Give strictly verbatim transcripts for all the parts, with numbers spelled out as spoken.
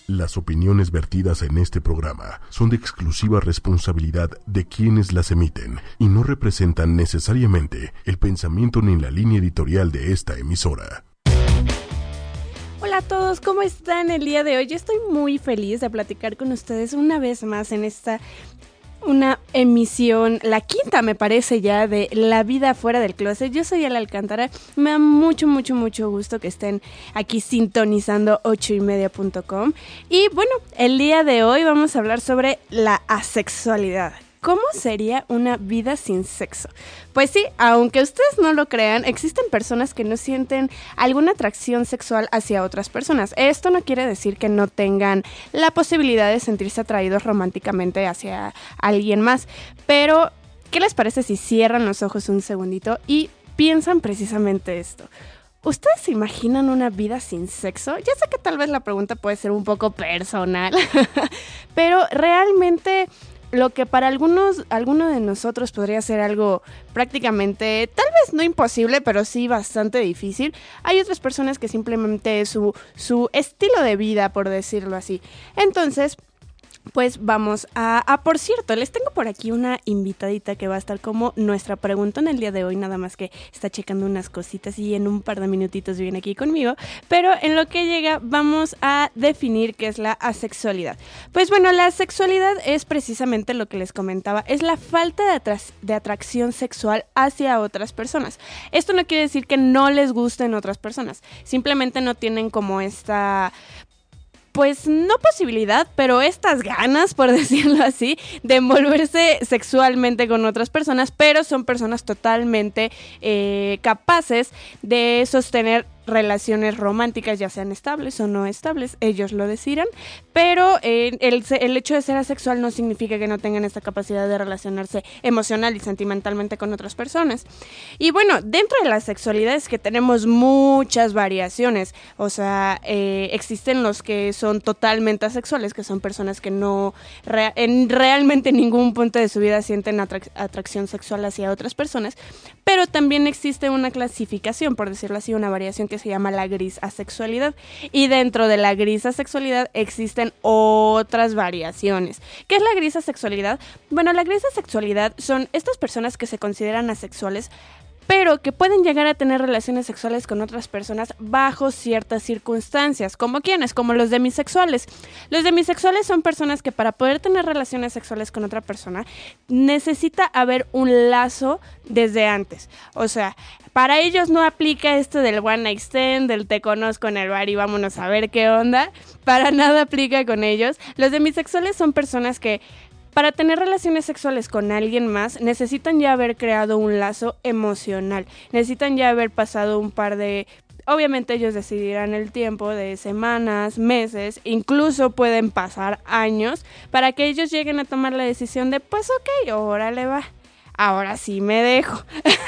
Las opiniones vertidas en este programa son de exclusiva responsabilidad de quienes las emiten y no representan necesariamente el pensamiento ni la línea editorial de esta emisora. Hola a todos, ¿cómo están el día de hoy? Yo estoy muy feliz de platicar con ustedes una vez más en esta una emisión, la quinta me parece ya, de La Vida Fuera del Closet. Yo soy Ala Alcántara, me da mucho, mucho, mucho gusto que estén aquí sintonizando ocho y media punto com. Y bueno, el día de hoy vamos a hablar sobre la asexualidad. ¿Cómo sería una vida sin sexo? Pues sí, aunque ustedes no lo crean, existen personas que no sienten alguna atracción sexual hacia otras personas. Esto no quiere decir que no tengan la posibilidad de sentirse atraídos románticamente hacia alguien más. Pero, ¿qué les parece si cierran los ojos un segundito y piensan precisamente esto? ¿Ustedes se imaginan una vida sin sexo? Ya sé que tal vez la pregunta puede ser un poco personal, pero realmente lo que para algunos, alguno de nosotros podría ser algo prácticamente, tal vez no imposible, pero sí bastante difícil, hay otras personas que simplemente es su, su estilo de vida, por decirlo así. Entonces, pues vamos a, a, por cierto, les tengo por aquí una invitadita que va a estar como nuestra pregunta en el día de hoy, nada más que está checando unas cositas y en un par de minutitos viene aquí conmigo, pero en lo que llega vamos a definir qué es la asexualidad. Pues bueno, la asexualidad es precisamente lo que les comentaba, es la falta de, atra- de atracción sexual hacia otras personas. Esto no quiere decir que no les gusten otras personas, simplemente no tienen como esta... pues no posibilidad, pero estas ganas, por decirlo así, de envolverse sexualmente con otras personas, pero son personas totalmente eh, capaces de sostener relaciones románticas, ya sean estables o no estables, ellos lo decidan, pero eh, el, el hecho de ser asexual no significa que no tengan esta capacidad de relacionarse emocional y sentimentalmente con otras personas. Y bueno, dentro de la sexualidad es que tenemos muchas variaciones, o sea, eh, existen los que son totalmente asexuales, que son personas que no re- en realmente ningún punto de su vida sienten atrac- atracción sexual hacia otras personas, pero también existe una clasificación, por decirlo así, una variación que se llama la gris asexualidad, y dentro de la gris asexualidad existen otras variaciones. ¿Qué es la gris asexualidad? Bueno, la gris asexualidad son estas personas que se consideran asexuales, pero que pueden llegar a tener relaciones sexuales con otras personas bajo ciertas circunstancias. ¿Como quiénes? Como los demisexuales. Los demisexuales son personas que para poder tener relaciones sexuales con otra persona necesita haber un lazo desde antes. O sea, para ellos no aplica esto del one night stand, del te conozco en el bar y vámonos a ver qué onda. Para nada aplica con ellos. Los demisexuales son personas que para tener relaciones sexuales con alguien más, necesitan ya haber creado un lazo emocional. Necesitan ya haber pasado un par de... Obviamente ellos decidirán el tiempo de semanas, meses, incluso pueden pasar años para que ellos lleguen a tomar la decisión de, pues ok, órale va, ahora sí me dejo.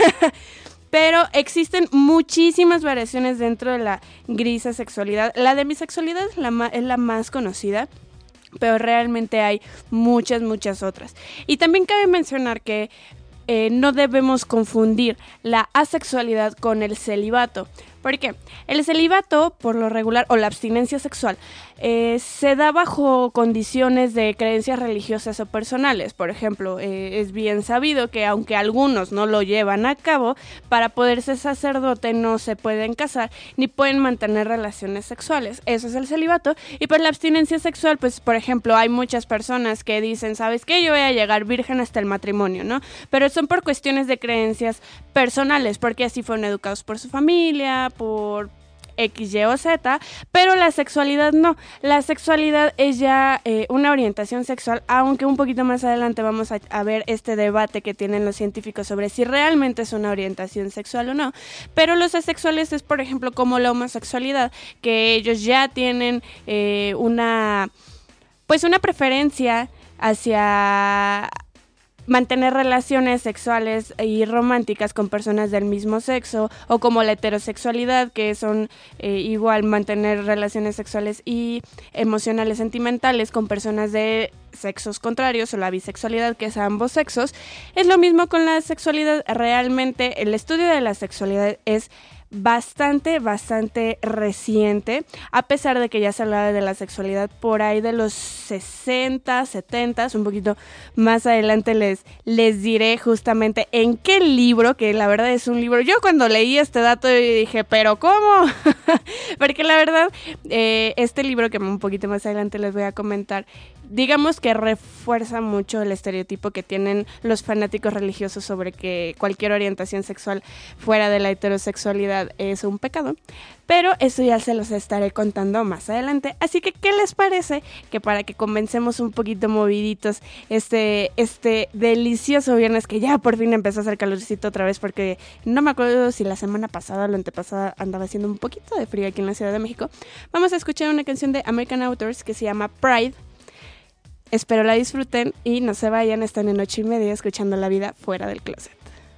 Pero existen muchísimas variaciones dentro de la gris asexualidad. La demisexualidad es la, ma- es la más conocida, pero realmente hay muchas, muchas otras. Y también cabe mencionar que eh, no debemos confundir la asexualidad con el celibato. ¿Por qué? El celibato, por lo regular, o la abstinencia sexual, eh, se da bajo condiciones de creencias religiosas o personales. Por ejemplo, eh, es bien sabido que aunque algunos no lo llevan a cabo, para poder ser sacerdote no se pueden casar ni pueden mantener relaciones sexuales. Eso es el celibato. Y pues la abstinencia sexual, pues por ejemplo, hay muchas personas que dicen, ¿sabes qué? Yo voy a llegar virgen hasta el matrimonio, ¿no? Pero son por cuestiones de creencias personales, porque así fueron educados por su familia, por X, Y o Z, pero la sexualidad no. La sexualidad es ya eh, una orientación sexual, aunque un poquito más adelante vamos a, a ver este debate que tienen los científicos sobre si realmente es una orientación sexual o no. Pero los asexuales es, por ejemplo, como la homosexualidad, que ellos ya tienen eh, una, pues una preferencia hacia mantener relaciones sexuales y románticas con personas del mismo sexo, o como la heterosexualidad, que son eh, igual mantener relaciones sexuales y emocionales sentimentales con personas de sexos contrarios o la bisexualidad, que es a ambos sexos. Es lo mismo con la sexualidad. Realmente el estudio de la sexualidad es bastante, bastante reciente, a pesar de que ya se hablaba de la sexualidad por ahí de los sesenta, setenta, un poquito más adelante les, les diré justamente en qué libro, que la verdad es un libro, yo cuando leí este dato dije, ¿pero cómo? Porque la verdad, eh, este libro que un poquito más adelante les voy a comentar, digamos que refuerza mucho el estereotipo que tienen los fanáticos religiosos sobre que cualquier orientación sexual fuera de la heterosexualidad es un pecado, pero eso ya se los estaré contando más adelante. Así que, ¿qué les parece que para que comencemos un poquito moviditos este, este delicioso viernes, que ya por fin empezó a hacer calorcito otra vez, porque no me acuerdo si la semana pasada o la antepasada andaba haciendo un poquito de frío aquí en la Ciudad de México? Vamos a escuchar una canción de American Authors que se llama Pride. Espero la disfruten y no se vayan, están en ocho y media escuchando La Vida Fuera del Closet.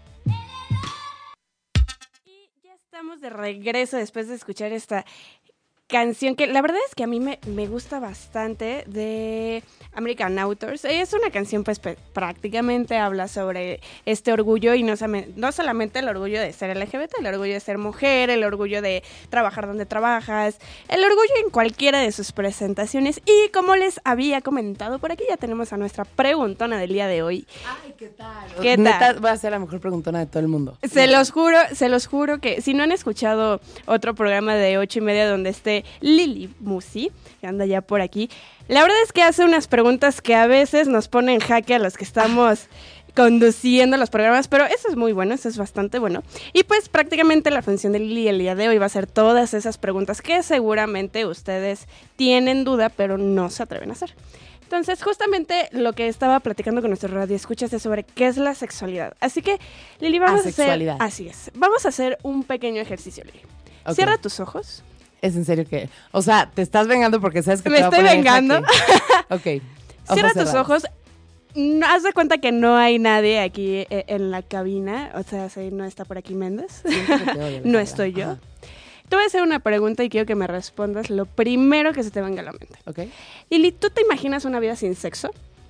Y ya estamos de regreso después de escuchar esta canción que la verdad es que a mí me, me gusta bastante, de American Authors. Es una canción pues pe- prácticamente habla sobre este orgullo y no, no solamente el orgullo de ser L G B T, el orgullo de ser mujer, el orgullo de trabajar donde trabajas, el orgullo en cualquiera de sus presentaciones. Y como les había comentado, por aquí ya tenemos a nuestra preguntona del día de hoy. Ay, ¿qué tal? ¿Qué Neta, tal? voy a ser la mejor preguntona de todo el mundo. Se los juro, se los juro que si no han escuchado otro programa de ocho y media donde esté Lili Musi, que anda ya por aquí, la verdad es que hace unas preguntas que a veces nos ponen en jaque a los que estamos conduciendo los programas, pero eso es muy bueno, eso es bastante bueno. Y pues prácticamente la función de Lili el día de hoy va a ser todas esas preguntas que seguramente ustedes tienen duda, pero no se atreven a hacer. Entonces, justamente lo que estaba platicando con nuestro radioescuchas es sobre qué es la sexualidad. Así que, Lili, vamos a hacer... Así es. Vamos a hacer un pequeño ejercicio, Lili. Okay. Cierra tus ojos. ¿Es en serio que? O sea, te estás vengando porque sabes que Me te va a poner estoy vengando. Ok. Cierra tus cerrados. ojos. No, haz de cuenta que no hay nadie aquí eh, en la cabina. O sea, si no está por aquí Méndez. Odio, no estoy yo. Ajá. Te voy a hacer una pregunta y quiero que me respondas lo primero que se te venga a la mente. Ok. Lili, ¿tú te imaginas una vida sin sexo?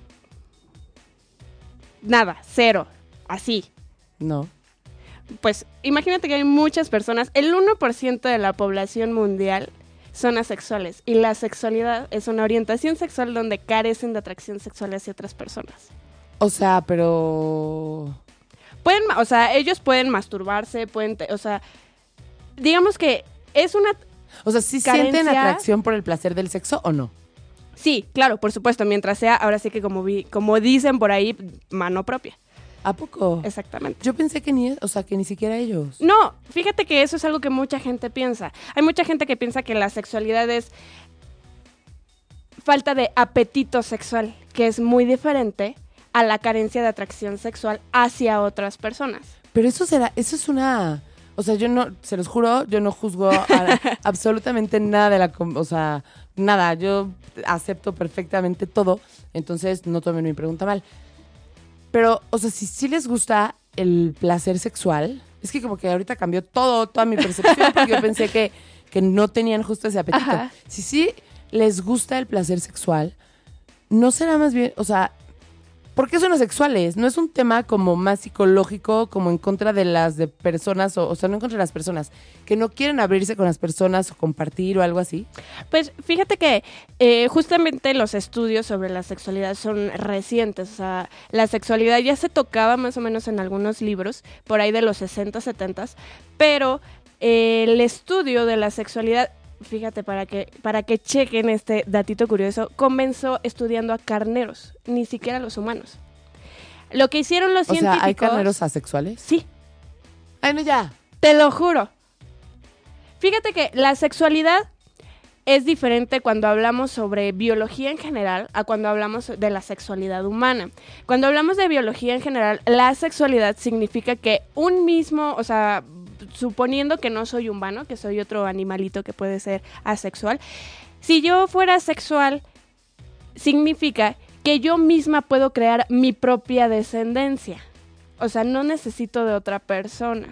Nada, cero, así. No. Pues imagínate que hay muchas personas, el uno por ciento de la población mundial son asexuales y la sexualidad es una orientación sexual donde carecen de atracción sexual hacia otras personas. O sea, pero... Pueden, o sea, ellos pueden masturbarse, pueden, te, o sea, digamos que es una O sea, ¿sí carencia... sienten atracción por el placer del sexo o no? Sí, claro, por supuesto, mientras sea, ahora sí que como vi, como dicen por ahí, mano propia. ¿A poco? Exactamente. Yo pensé que ni, o sea, que ni siquiera ellos. No, fíjate que eso es algo que mucha gente piensa. Hay mucha gente que piensa que la sexualidad es falta de apetito sexual, que es muy diferente a la carencia de atracción sexual hacia otras personas. Pero eso será, eso es una... O sea, yo no, se los juro, yo no juzgo a, absolutamente nada de la... O sea, nada, yo acepto perfectamente todo, entonces no tomen mi pregunta mal. Pero, o sea, si sí les gusta el placer sexual, es que como que ahorita cambió todo, toda mi percepción, porque yo pensé que, que no tenían justo ese apetito. Ajá. Si sí les gusta el placer sexual, ¿no será más bien, o sea, por qué son asexuales? ¿No es un tema como más psicológico, como en contra de las de personas, o, o sea, no en contra de las personas, que no quieren abrirse con las personas o compartir o algo así? Pues fíjate que eh, justamente los estudios sobre la sexualidad son recientes. O sea, la sexualidad ya se tocaba más o menos en algunos libros, por ahí de los sesenta, setenta, pero eh, el estudio de la sexualidad, fíjate, para que, para que chequen este datito curioso, comenzó estudiando a carneros, ni siquiera a los humanos. Lo que hicieron los o científicos... O sea, ¿hay carneros asexuales? Sí. Ay, no, ya. Te lo juro. Fíjate que la sexualidad es diferente cuando hablamos sobre biología en general a cuando hablamos de la sexualidad humana. Cuando hablamos de biología en general, la sexualidad significa que un mismo, o sea, suponiendo que no soy humano, que soy otro animalito que puede ser asexual, si yo fuera sexual, significa que yo misma puedo crear mi propia descendencia. O sea, no necesito de otra persona.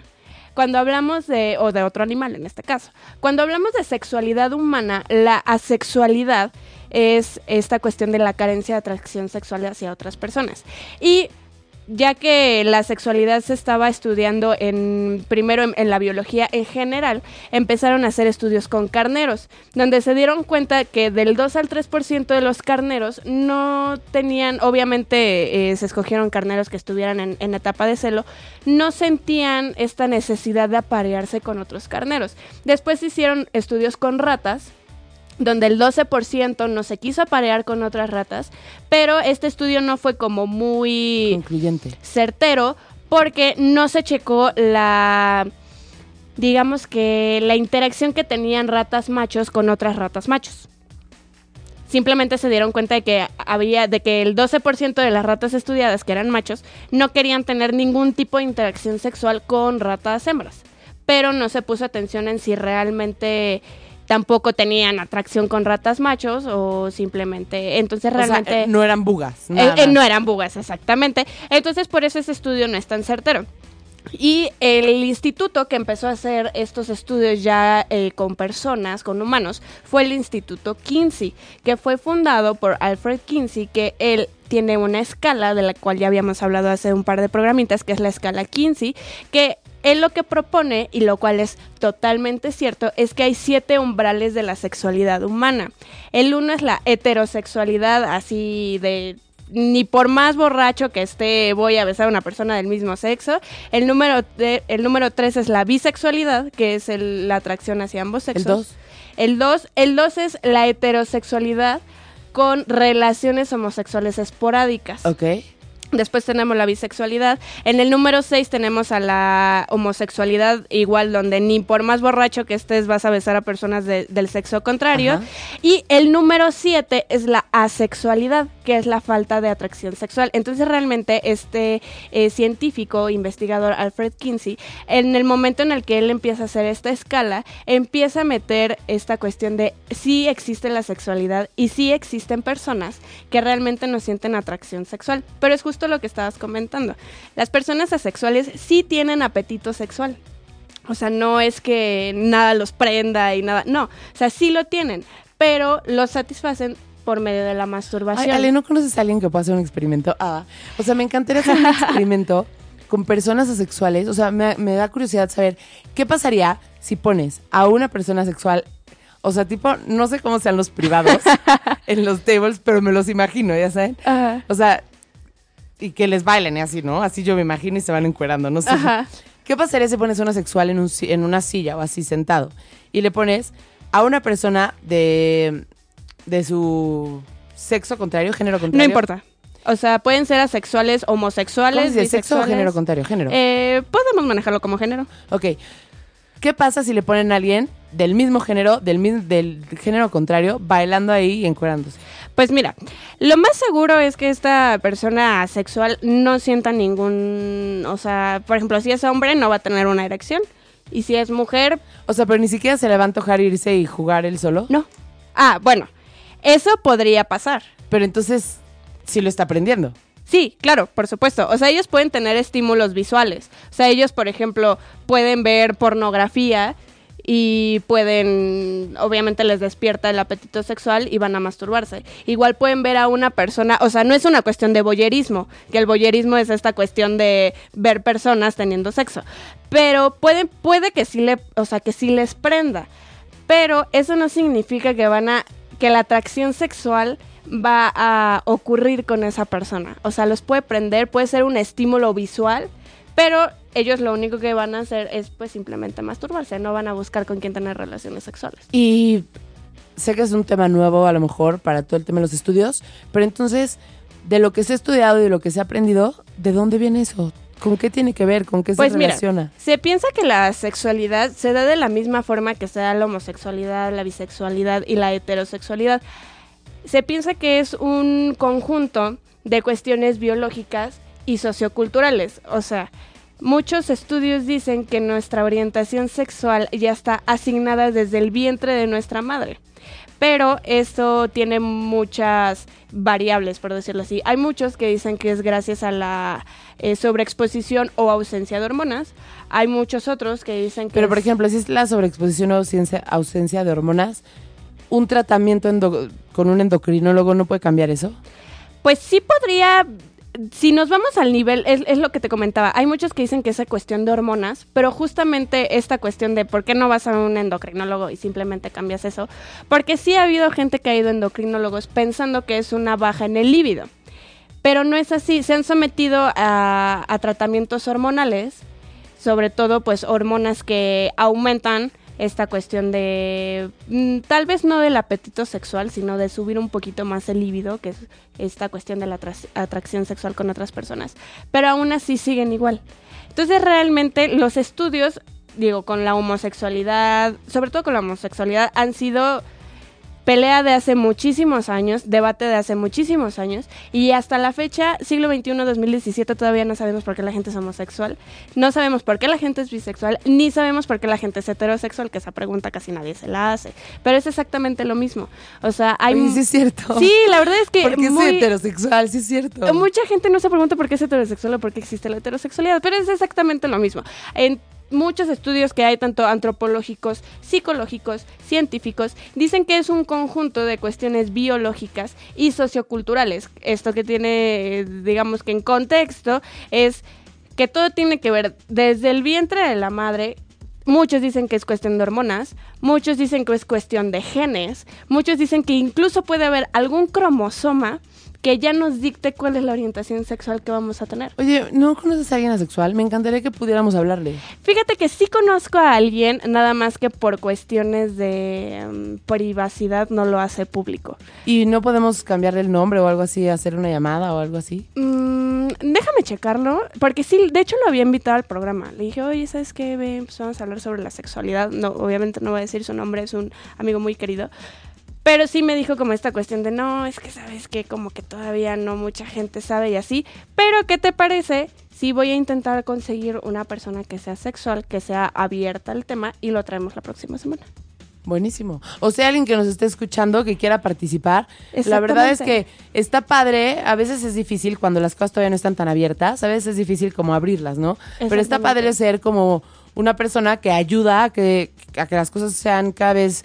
cuando hablamos de, o de otro animal en este caso, cuando hablamos de sexualidad humana, la asexualidad es esta cuestión de la carencia de atracción sexual hacia otras personas. Y ya que la sexualidad se estaba estudiando en primero en, en la biología en general, empezaron a hacer estudios con carneros, donde se dieron cuenta que del dos al tres por ciento de los carneros no tenían, obviamente eh, se escogieron carneros que estuvieran en, en etapa de celo, no sentían esta necesidad de aparearse con otros carneros. Después se hicieron estudios con ratas, donde el doce por ciento no se quiso aparear con otras ratas, pero este estudio no fue como muy concluyente, certero, porque no se checó la, digamos que la interacción que tenían ratas machos con otras ratas machos. Simplemente se dieron cuenta de que había, de que el doce por ciento de las ratas estudiadas, que eran machos, no querían tener ningún tipo de interacción sexual con ratas hembras, pero no se puso atención en si realmente tampoco tenían atracción con ratas machos o simplemente, entonces realmente... O sea, no eran bugas. Eh, eh, no eran bugas, exactamente. Entonces por eso ese estudio no es tan certero. Y el instituto que empezó a hacer estos estudios ya eh, con personas, con humanos, fue el Instituto Kinsey, que fue fundado por Alfred Kinsey, que él tiene una escala de la cual ya habíamos hablado hace un par de programitas, que es la escala Kinsey, que él lo que propone, y lo cual es totalmente cierto, es que hay siete umbrales de la sexualidad humana. El uno es la heterosexualidad, así de... ni por más borracho que esté voy a besar a una persona del mismo sexo. El número de, el número tres es la bisexualidad, que es el, la atracción hacia ambos sexos. El dos. El dos, el dos es la heterosexualidad con relaciones homosexuales esporádicas. Ok. Después tenemos la bisexualidad. En el número seis tenemos a la homosexualidad, igual donde ni por más borracho que estés vas a besar a personas de, del sexo contrario. Ajá. Y el número siete es la asexualidad, que es la falta de atracción sexual. Entonces realmente este eh, científico, investigador Alfred Kinsey, en el momento en el que él empieza a hacer esta escala, empieza a meter esta cuestión de sí existe la sexualidad y sí existen personas que realmente no sienten atracción sexual. Pero es justo lo que estabas comentando. Las personas asexuales sí tienen apetito sexual. O sea, no es que nada los prenda y nada, no. O sea, sí lo tienen, pero lo satisfacen por medio de la masturbación. Ay, Ale, ¿no conoces a alguien que pueda hacer un experimento? Ah, o sea, me encantaría hacer un experimento con personas asexuales. O sea, me, me da curiosidad saber qué pasaría si pones a una persona sexual, o sea, tipo, no sé cómo sean los privados en los tables, pero me los imagino, ¿ya saben? Ajá. O sea, y que les bailen y así, ¿no? Así yo me imagino y se van encuerando, no sé. Ajá. ¿Qué pasaría si pones a una sexual en, un, en una silla o así sentado y le pones a una persona de, de su sexo contrario, género contrario? No importa. O sea, pueden ser asexuales, homosexuales, ¿de sexo o género contrario? Género. Eh, podemos manejarlo como género. Ok. ¿Qué pasa si le ponen a alguien del mismo género, del, mismo, del género contrario, bailando ahí y encuerándose? Pues mira, lo más seguro es que esta persona asexual no sienta ningún... O sea, por ejemplo, si es hombre no va a tener una erección. Y si es mujer... O sea, pero ni siquiera se le va a antojar irse y jugar él solo. No. Ah, bueno, eso podría pasar. Pero entonces, sí lo está aprendiendo. Sí, claro, por supuesto. O sea, ellos pueden tener estímulos visuales. O sea, ellos, por ejemplo, pueden ver pornografía y pueden, obviamente les despierta el apetito sexual y van a masturbarse. Igual pueden ver a una persona, o sea, no es una cuestión de voyerismo, que el voyerismo es esta cuestión de ver personas teniendo sexo. Pero pueden, puede que sí le, o sea, que sí les prenda. Pero eso no significa que van a, que la atracción sexual va a ocurrir con esa persona. O sea, los puede prender, puede ser un estímulo visual, pero ellos lo único que van a hacer es pues simplemente masturbarse, no van a buscar con quién tener relaciones sexuales. Y sé que es un tema nuevo a lo mejor para todo el tema de los estudios, pero entonces, de lo que se ha estudiado y de lo que se ha aprendido, ¿de dónde viene eso? ¿Con qué tiene que ver? ¿Con qué pues se relaciona? Mira, se piensa que la sexualidad se da de la misma forma que se da la homosexualidad, la bisexualidad y la heterosexualidad. Se piensa que es un conjunto de cuestiones biológicas y socioculturales. O sea, muchos estudios dicen que nuestra orientación sexual ya está asignada desde el vientre de nuestra madre. pero esto tiene muchas variables, por decirlo así. Hay muchos que dicen que es gracias a la eh, sobreexposición o ausencia de hormonas. Hay muchos otros que dicen que Pero, es... por ejemplo, si es la sobreexposición o ausencia, ausencia de hormonas, ¿un tratamiento endo- con un endocrinólogo no puede cambiar eso? Pues sí podría... Si nos vamos al nivel, es, es lo que te comentaba, hay muchos que dicen que es cuestión de hormonas, pero justamente esta cuestión de por qué no vas a un endocrinólogo y simplemente cambias eso, porque sí ha habido gente que ha ido a endocrinólogos pensando que es una baja en el líbido, pero no es así, se han sometido a, a tratamientos hormonales, sobre todo pues hormonas que aumentan esta cuestión de, mm, tal vez no del apetito sexual, sino de subir un poquito más el líbido, que es esta cuestión de la atra- atracción sexual con otras personas. Pero aún así siguen igual. Entonces realmente los estudios, digo, con la homosexualidad, sobre todo con la homosexualidad, han sido pelea de hace muchísimos años, debate de hace muchísimos años, y hasta la fecha, siglo veintiuno, dos mil diecisiete, todavía no sabemos por qué la gente es homosexual, no sabemos por qué la gente es bisexual, ni sabemos por qué la gente es heterosexual, que esa pregunta casi nadie se la hace, pero es exactamente lo mismo. O sea, hay... Oye, sí es cierto. Sí, la verdad es que ¿Por qué muy... soy heterosexual? Sí es cierto. Mucha gente no se pregunta por qué es heterosexual o por qué existe la heterosexualidad, pero es exactamente lo mismo. En muchos estudios que hay, tanto antropológicos, psicológicos, científicos, dicen que es un conjunto de cuestiones biológicas y socioculturales. Esto que tiene, digamos que en contexto, es que todo tiene que ver desde el vientre de la madre. Muchos dicen que es cuestión de hormonas, muchos dicen que es cuestión de genes, muchos dicen que incluso puede haber algún cromosoma que ya nos dicte cuál es la orientación sexual que vamos a tener. Oye, ¿no conoces a alguien asexual? Me encantaría que pudiéramos hablarle. Fíjate que sí conozco a alguien, nada más que por cuestiones de um, privacidad no lo hace público. ¿Y no podemos cambiarle el nombre o algo así, hacer una llamada o algo así? Mm, déjame checarlo, porque sí, de hecho lo había invitado al programa. Le dije, oye, ¿sabes qué? Ven, pues vamos a hablar sobre la sexualidad. No, obviamente no voy a decir su nombre, es un amigo muy querido. Pero sí me dijo como esta cuestión de, no, es que sabes que como que todavía no mucha gente sabe y así. Pero, ¿qué te parece si voy a intentar conseguir una persona que sea sexual, que sea abierta al tema y lo traemos la próxima semana? Buenísimo. O sea, alguien que nos esté escuchando, que quiera participar. La verdad es que está padre. A veces es difícil cuando las cosas todavía no están tan abiertas. A veces es difícil como abrirlas, ¿no? Pero está padre ser como una persona que ayuda a que, a que las cosas sean cada vez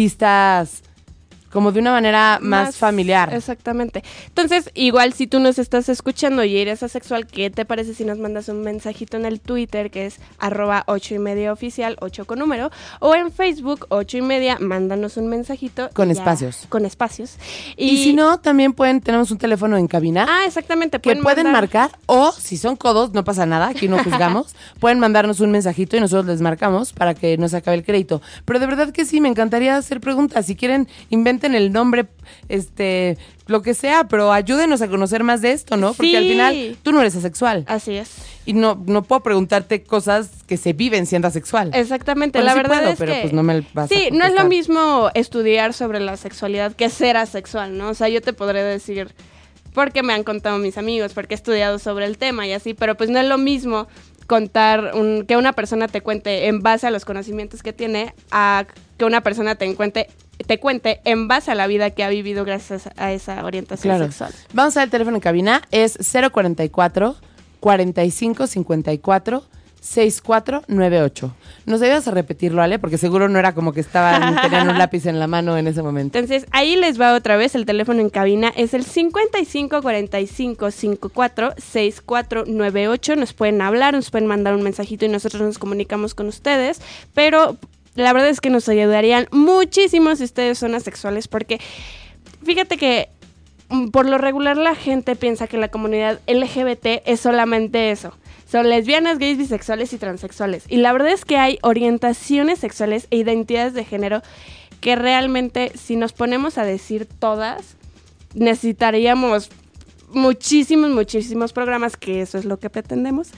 vistas como de una manera más, más familiar. Exactamente. Entonces, igual si tú nos estás escuchando y eres asexual, ¿qué te parece si nos mandas un mensajito en el Twitter, que es arroba ocho y media oficial, ocho con número, o en Facebook, ocho y media, mándanos un mensajito. Con ya, espacios. Con espacios. Y, y si no, también pueden, tenemos un teléfono en cabina. Ah, exactamente. Que pueden, pueden marcar, o si son codos, no pasa nada, aquí no juzgamos, pueden mandarnos un mensajito y nosotros les marcamos para que no se acabe el crédito. Pero de verdad que sí, me encantaría hacer preguntas. Si quieren, inventen el nombre, este, lo que sea, pero ayúdenos a conocer más de esto, ¿no? Porque sí. al final tú no eres asexual. Así es. Y no, no puedo preguntarte cosas que se viven siendo asexual. Exactamente, bueno, la sí verdad puedo, es pero que... pues no me vas sí, a no es lo mismo estudiar sobre la sexualidad que ser asexual, ¿no? O sea, yo te podré decir... porque me han contado mis amigos, porque he estudiado sobre el tema y así, pero pues no es lo mismo contar un, que una persona te cuente en base a los conocimientos que tiene a que una persona te cuente, te cuente en base a la vida que ha vivido gracias a esa orientación claro. sexual. Vamos a ver el teléfono en cabina, es cero cuarenta y cuatro, cuarenta y cinco, cincuenta y cuatro, sesenta y cuatro noventa y ocho. ¿Nos ayudas a repetirlo, Ale? Porque seguro no era como que estaban, tenían un lápiz en la mano en ese momento. Entonces, ahí les va otra vez, el teléfono en cabina es el cincuenta y cinco, cuarenta y cinco, cincuenta y cuatro, sesenta y cuatro noventa y ocho. Nos pueden hablar, nos pueden mandar un mensajito y nosotros nos comunicamos con ustedes, pero la verdad es que nos ayudarían muchísimo si ustedes son asexuales, porque fíjate que por lo regular la gente piensa que la comunidad L G B T es solamente eso. Son lesbianas, gays, bisexuales y transexuales. Y la verdad es que hay orientaciones sexuales e identidades de género que realmente, si nos ponemos a decir todas, necesitaríamos muchísimos, muchísimos programas, que eso es lo que pretendemos.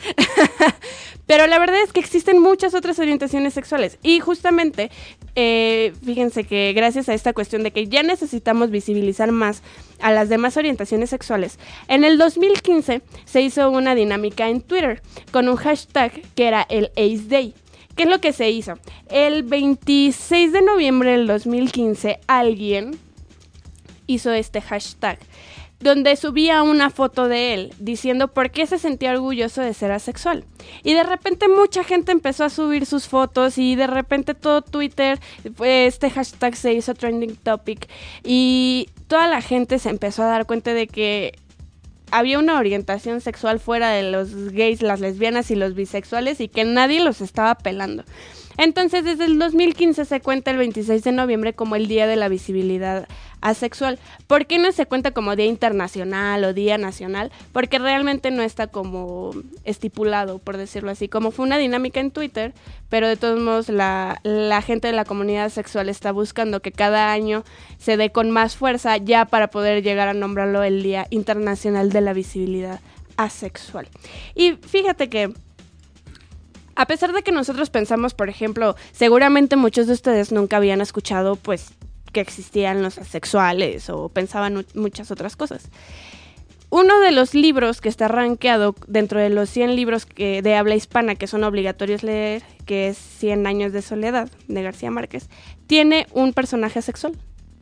Pero la verdad es que existen muchas otras orientaciones sexuales. Y justamente, eh, fíjense que gracias a esta cuestión de que ya necesitamos visibilizar más a las demás orientaciones sexuales, en el dos mil quince se hizo una dinámica en Twitter con un hashtag que era el Ace Day. ¿Qué es lo que se hizo? El veintiséis de noviembre del dos mil quince, alguien hizo este hashtag, donde subía una foto de él diciendo por qué se sentía orgulloso de ser asexual. Y de repente mucha gente empezó a subir sus fotos y de repente todo Twitter, este hashtag se hizo trending topic y toda la gente se empezó a dar cuenta de que había una orientación sexual fuera de los gays, las lesbianas y los bisexuales y que nadie los estaba pelando. Entonces, desde el dos mil quince se cuenta el veintiséis de noviembre como el Día de la Visibilidad Asexual. ¿Por qué no se cuenta como Día Internacional o Día Nacional? Porque realmente no está como estipulado, por decirlo así. Como fue una dinámica en Twitter, pero de todos modos la, la gente de la comunidad sexual está buscando que cada año se dé con más fuerza ya para poder llegar a nombrarlo el Día Internacional de la Visibilidad Asexual. Y fíjate que a pesar de que nosotros pensamos, por ejemplo, seguramente muchos de ustedes nunca habían escuchado, pues, que existían los asexuales o pensaban muchas otras cosas. Uno de los libros que está rankeado dentro de los cien libros que, de habla hispana que son obligatorios leer, que es Cien años de soledad, de García Márquez, tiene un personaje sexual.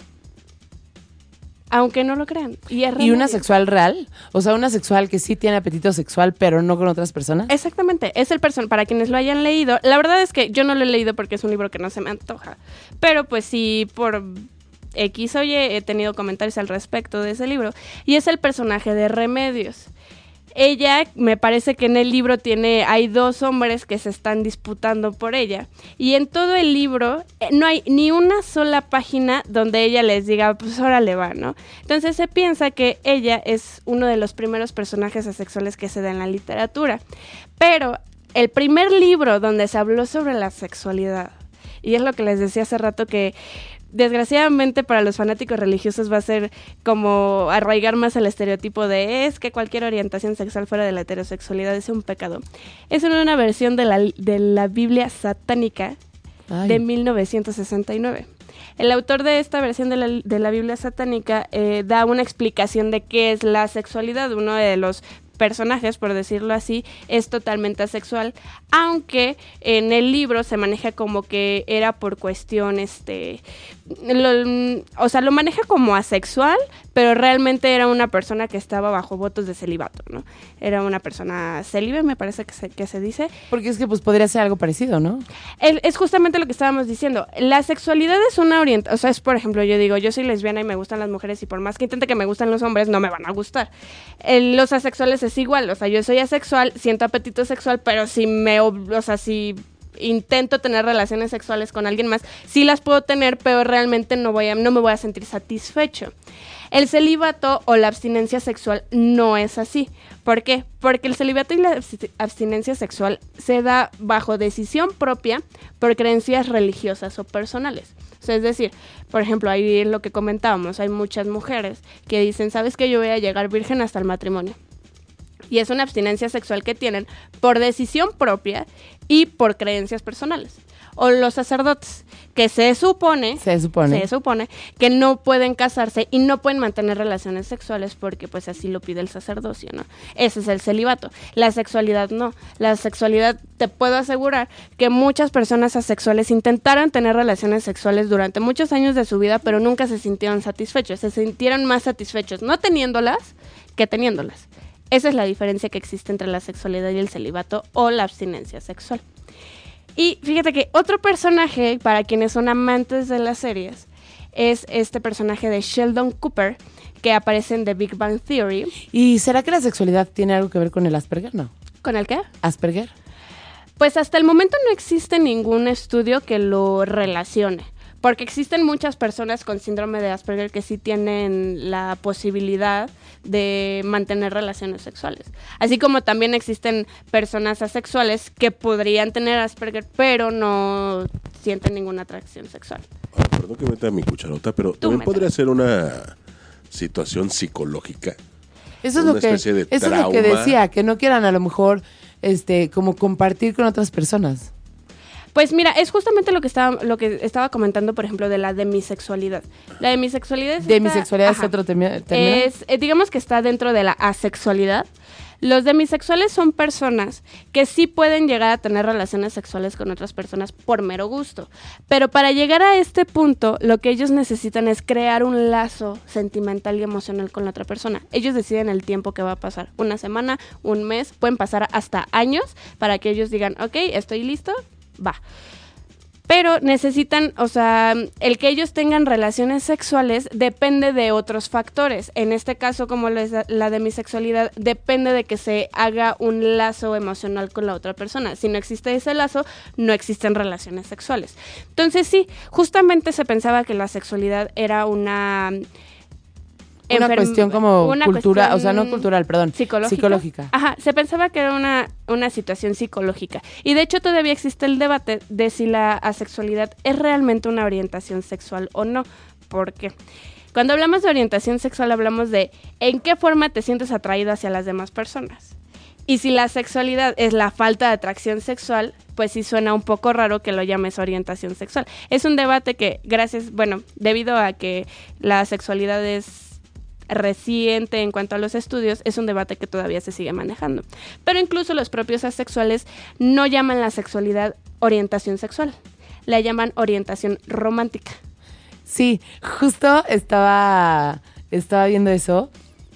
Aunque no lo crean. ¿Y, es ¿Y una sexual real? O sea, una sexual que sí tiene apetito sexual, pero no con otras personas. Exactamente. Es el person para quienes lo hayan leído. La verdad es que yo no lo he leído porque es un libro que no se me antoja. Pero pues sí, por X o Y he tenido comentarios al respecto de ese libro. Y es el personaje de Remedios. Ella, me parece que en el libro tiene, hay dos hombres que se están disputando por ella. Y en todo el libro eh, no hay ni una sola página donde ella les diga, pues órale va, ¿no? Entonces se piensa que ella es uno de los primeros personajes asexuales que se da en la literatura. Pero el primer libro donde se habló sobre la sexualidad, y es lo que les decía hace rato que desgraciadamente para los fanáticos religiosos va a ser como arraigar más el estereotipo de es que cualquier orientación sexual fuera de la heterosexualidad es un pecado. Es una versión de la, de la Biblia satánica Ay. de mil novecientos sesenta y nueve. El autor de esta versión de la, de la Biblia satánica eh, da una explicación de qué es la sexualidad. Uno de los personajes, por decirlo así, es totalmente asexual, aunque en el libro se maneja como que era por cuestión, este, lo, o sea, lo maneja como asexual, pero realmente era una persona que estaba bajo votos de celibato, ¿no? Era una persona célibe, me parece que se, que se dice. Porque es que pues podría ser algo parecido, ¿no? El, es justamente lo que estábamos diciendo. La sexualidad es una orientación, o sea, es por ejemplo, yo digo, yo soy lesbiana y me gustan las mujeres y por más que intente que me gusten los hombres, no me van a gustar. El, los asexuales es igual, o sea, yo soy asexual, siento apetito sexual, pero si me, o sea, si intento tener relaciones sexuales con alguien más, sí las puedo tener, pero realmente no voy a, no me voy a sentir satisfecho. El celibato o la abstinencia sexual no es así. ¿Por qué? Porque el celibato y la abstinencia sexual se da bajo decisión propia por creencias religiosas o personales. O sea, es decir, por ejemplo, ahí es lo que comentábamos, hay muchas mujeres que dicen, ¿sabes qué? Yo voy a llegar virgen hasta el matrimonio. Y es una abstinencia sexual que tienen por decisión propia y por creencias personales. O los sacerdotes, que se supone, se supone, se supone que no pueden casarse y no pueden mantener relaciones sexuales porque pues así lo pide el sacerdocio, ¿no? Ese es el celibato. La sexualidad no. La sexualidad, te puedo asegurar que muchas personas asexuales intentaron tener relaciones sexuales durante muchos años de su vida, pero nunca se sintieron satisfechos. Se sintieron más satisfechos no teniéndolas que teniéndolas. Esa es la diferencia que existe entre la sexualidad y el celibato o la abstinencia sexual. Y fíjate que otro personaje, para quienes son amantes de las series, es este personaje de Sheldon Cooper, que aparece en The Big Bang Theory. ¿Y será que la sexualidad tiene algo que ver con el Asperger? No. ¿Con el qué? Asperger. Pues hasta el momento no existe ningún estudio que lo relacione. Porque existen muchas personas con síndrome de Asperger que sí tienen la posibilidad de mantener relaciones sexuales. Así como también existen personas asexuales que podrían tener Asperger, pero no sienten ninguna atracción sexual. Ah, perdón que meta mi cucharota, pero Tú también métela. podría ser una situación psicológica. Eso es Una lo que especie de eso es lo que trauma. decía, que no quieran a lo mejor este como compartir con otras personas. Pues mira, es justamente lo que estaba, lo que estaba comentando, por ejemplo, de la demisexualidad. La demisexualidad es Demisexualidad esta, es ajá, otro término. es, eh, digamos que está dentro de la asexualidad. Los demisexuales son personas que sí pueden llegar a tener relaciones sexuales con otras personas por mero gusto, pero para llegar a este punto, lo que ellos necesitan es crear un lazo sentimental y emocional con la otra persona. Ellos deciden el tiempo que va a pasar, una semana, un mes, pueden pasar hasta años para que ellos digan, ok, estoy listo, va. Pero necesitan, o sea, el que ellos tengan relaciones sexuales depende de otros factores. En este caso, como la, la demisexualidad, depende de que se haga un lazo emocional con la otra persona. Si no existe ese lazo, no existen relaciones sexuales. Entonces sí, justamente se pensaba que la sexualidad era una... Una enferm- cuestión como una cultura, cuestión o sea, no cultural, perdón, psicológica. psicológica. Ajá, se pensaba que era una, una situación psicológica. Y de hecho todavía existe el debate de si la asexualidad es realmente una orientación sexual o no. ¿Por qué? Cuando hablamos de orientación sexual hablamos de en qué forma te sientes atraído hacia las demás personas. Y si la sexualidad es la falta de atracción sexual, pues sí suena un poco raro que lo llames orientación sexual. Es un debate que gracias, bueno, debido a que la sexualidad es reciente en cuanto a los estudios, es un debate que todavía se sigue manejando. Pero incluso los propios asexuales no llaman la sexualidad orientación sexual, la llaman orientación romántica. Sí, justo estaba, estaba viendo eso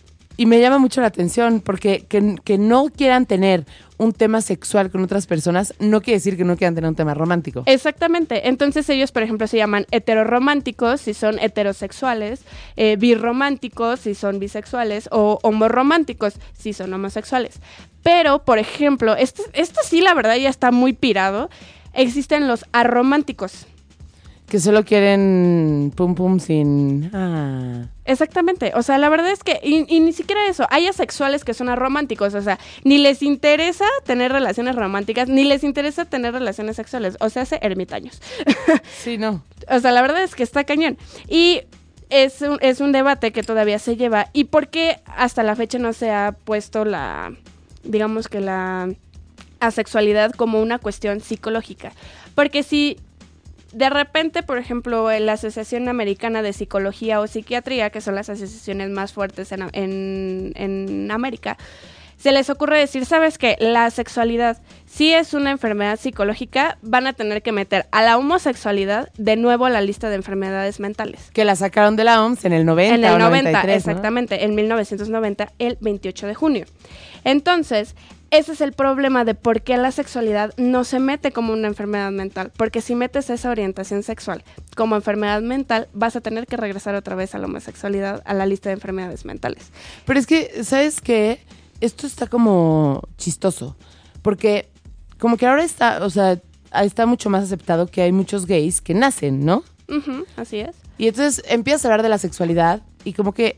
y me llama mucho la atención porque que, que no quieran tener un tema sexual con otras personas no quiere decir que no quieran tener un tema romántico. Exactamente. Entonces ellos, por ejemplo, se llaman heterorománticos si son heterosexuales, eh, birrománticos si son bisexuales o homorománticos si son homosexuales. Pero, por ejemplo, esto, esto sí la verdad ya está muy pirado, existen los arománticos. Que solo quieren pum pum sin... Ah. Exactamente, o sea, la verdad es que, y, y ni siquiera eso, hay asexuales que son arománticos, o sea, ni les interesa tener relaciones románticas, ni les interesa tener relaciones sexuales, o sea, hace ermitaños. Sí, no. O sea, la verdad es que está cañón. Y es un, es un debate que todavía se lleva. ¿Y por qué hasta la fecha no se ha puesto la, digamos que la asexualidad como una cuestión psicológica? Porque si... De repente, por ejemplo, la Asociación Americana de Psicología o Psiquiatría, que son las asociaciones más fuertes en, en, en América, se les ocurre decir, ¿sabes qué? La sexualidad sí es una enfermedad psicológica, van a tener que meter a la homosexualidad de nuevo a la lista de enfermedades mentales. Que la sacaron de la O M S en el noventa En el o noventa, noventa y tres, exactamente, ¿no? en mil novecientos noventa, el veintiocho de junio. Entonces, ese es el problema de por qué la sexualidad no se mete como una enfermedad mental. Porque si metes esa orientación sexual como enfermedad mental, vas a tener que regresar otra vez a la homosexualidad, a la lista de enfermedades mentales. Pero es que, ¿sabes qué? Esto está como chistoso. Porque como que ahora está, o sea, está mucho más aceptado que hay muchos gays que nacen, ¿no? Uh-huh, así es. Y entonces empiezas a hablar de la sexualidad y como que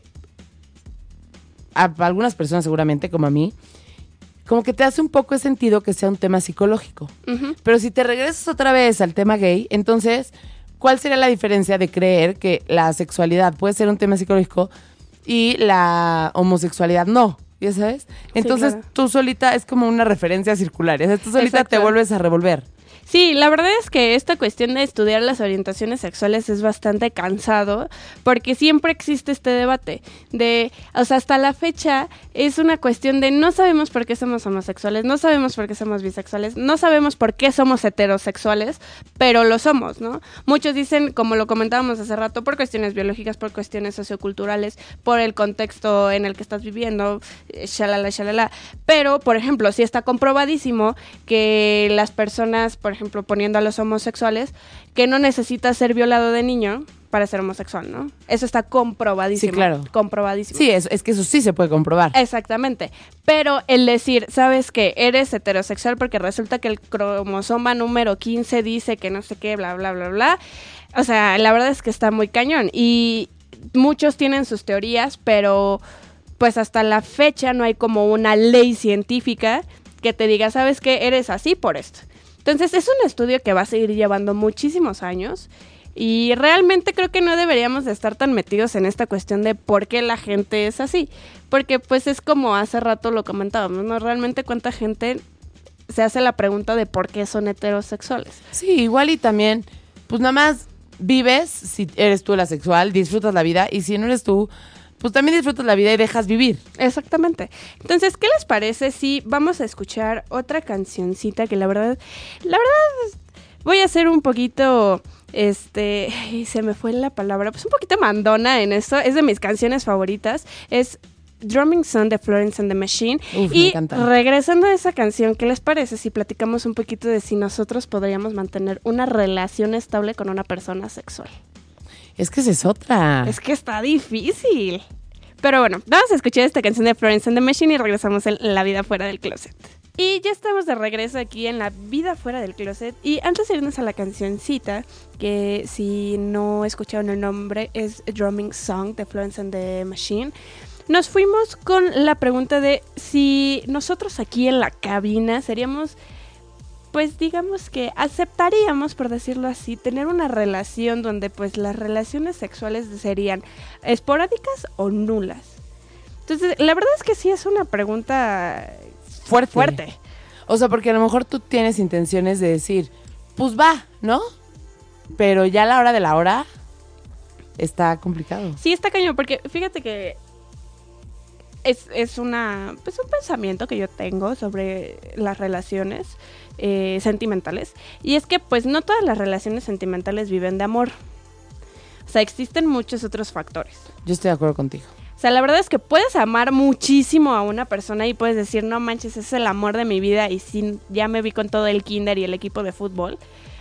a algunas personas seguramente, como a mí, como que te hace un poco de sentido que sea un tema psicológico. Uh-huh. Pero si te regresas otra vez al tema gay, entonces, ¿cuál sería la diferencia de creer que la sexualidad puede ser un tema psicológico y la homosexualidad no? ¿Ya sabes? Entonces, sí, claro. Tú solita es como una referencia circular. O sea, tú solita Exacto. Te vuelves a revolver. Sí, la verdad es que esta cuestión de estudiar las orientaciones sexuales es bastante cansado porque siempre existe este debate de, o sea, hasta la fecha es una cuestión de no sabemos por qué somos homosexuales, no sabemos por qué somos bisexuales, no sabemos por qué somos heterosexuales, pero lo somos, ¿no? Muchos dicen, como lo comentábamos hace rato, por cuestiones biológicas, por cuestiones socioculturales, por el contexto en el que estás viviendo, shalala, shalala. Pero, por ejemplo, sí está comprobadísimo que las personas, por ejemplo, poniendo a los homosexuales, que no necesita ser violado de niño para ser homosexual, ¿no? Eso está comprobadísimo. Sí, claro. Comprobadísimo. Sí, es, es que eso sí se puede comprobar. Exactamente. Pero el decir, ¿sabes qué? Eres heterosexual porque resulta que el cromosoma número quince dice que no sé qué, bla, bla, bla, bla. O sea, la verdad es que está muy cañón. Y muchos tienen sus teorías, pero pues hasta la fecha no hay como una ley científica que te diga, ¿sabes qué? Eres así por esto. Entonces, es un estudio que va a seguir llevando muchísimos años y realmente creo que no deberíamos de estar tan metidos en esta cuestión de por qué la gente es así. Porque, pues, es como hace rato lo comentábamos, ¿no? Realmente cuánta gente se hace la pregunta de por qué son heterosexuales. Sí, igual y también, pues nada más vives, si eres tú la sexual, disfrutas la vida y si no eres tú, pues también disfrutas la vida y dejas vivir. Exactamente. Entonces, ¿qué les parece si vamos a escuchar otra cancioncita que la verdad, la verdad, voy a ser un poquito, este, se me fue la palabra, pues un poquito mandona en esto, es de mis canciones favoritas, es Drumming Song de Florence and the Machine. Uf, y me encanta. regresando a esa canción, ¿qué les parece si platicamos un poquito de si nosotros podríamos mantener una relación estable con una persona sexual? Es que esa es otra. Es que está difícil. Pero bueno, vamos a escuchar esta canción de Florence and the Machine y regresamos en La Vida Fuera del Closet. Y ya estamos de regreso aquí en La Vida Fuera del Closet. Y antes de irnos a la cancioncita, que si no escucharon el nombre, es Drumming Song de Florence and the Machine, nos fuimos con la pregunta de si nosotros aquí en la cabina seríamos, pues digamos que aceptaríamos, por decirlo así, tener una relación donde pues las relaciones sexuales serían esporádicas o nulas. Entonces, la verdad es que sí es una pregunta Fuerte. fuerte. O sea, porque a lo mejor tú tienes intenciones de decir, pues va, ¿no? Pero ya a la hora de la hora está complicado. Sí, está cañón, porque fíjate que es, es una, pues un pensamiento que yo tengo sobre las relaciones eh, sentimentales. Y es que pues no todas las relaciones sentimentales viven de amor. O sea, existen muchos otros factores. Yo estoy de acuerdo contigo. O sea, la verdad es que puedes amar muchísimo a una persona y puedes decir, no manches, es el amor de mi vida y sí, ya me vi con todo el kinder y el equipo de fútbol.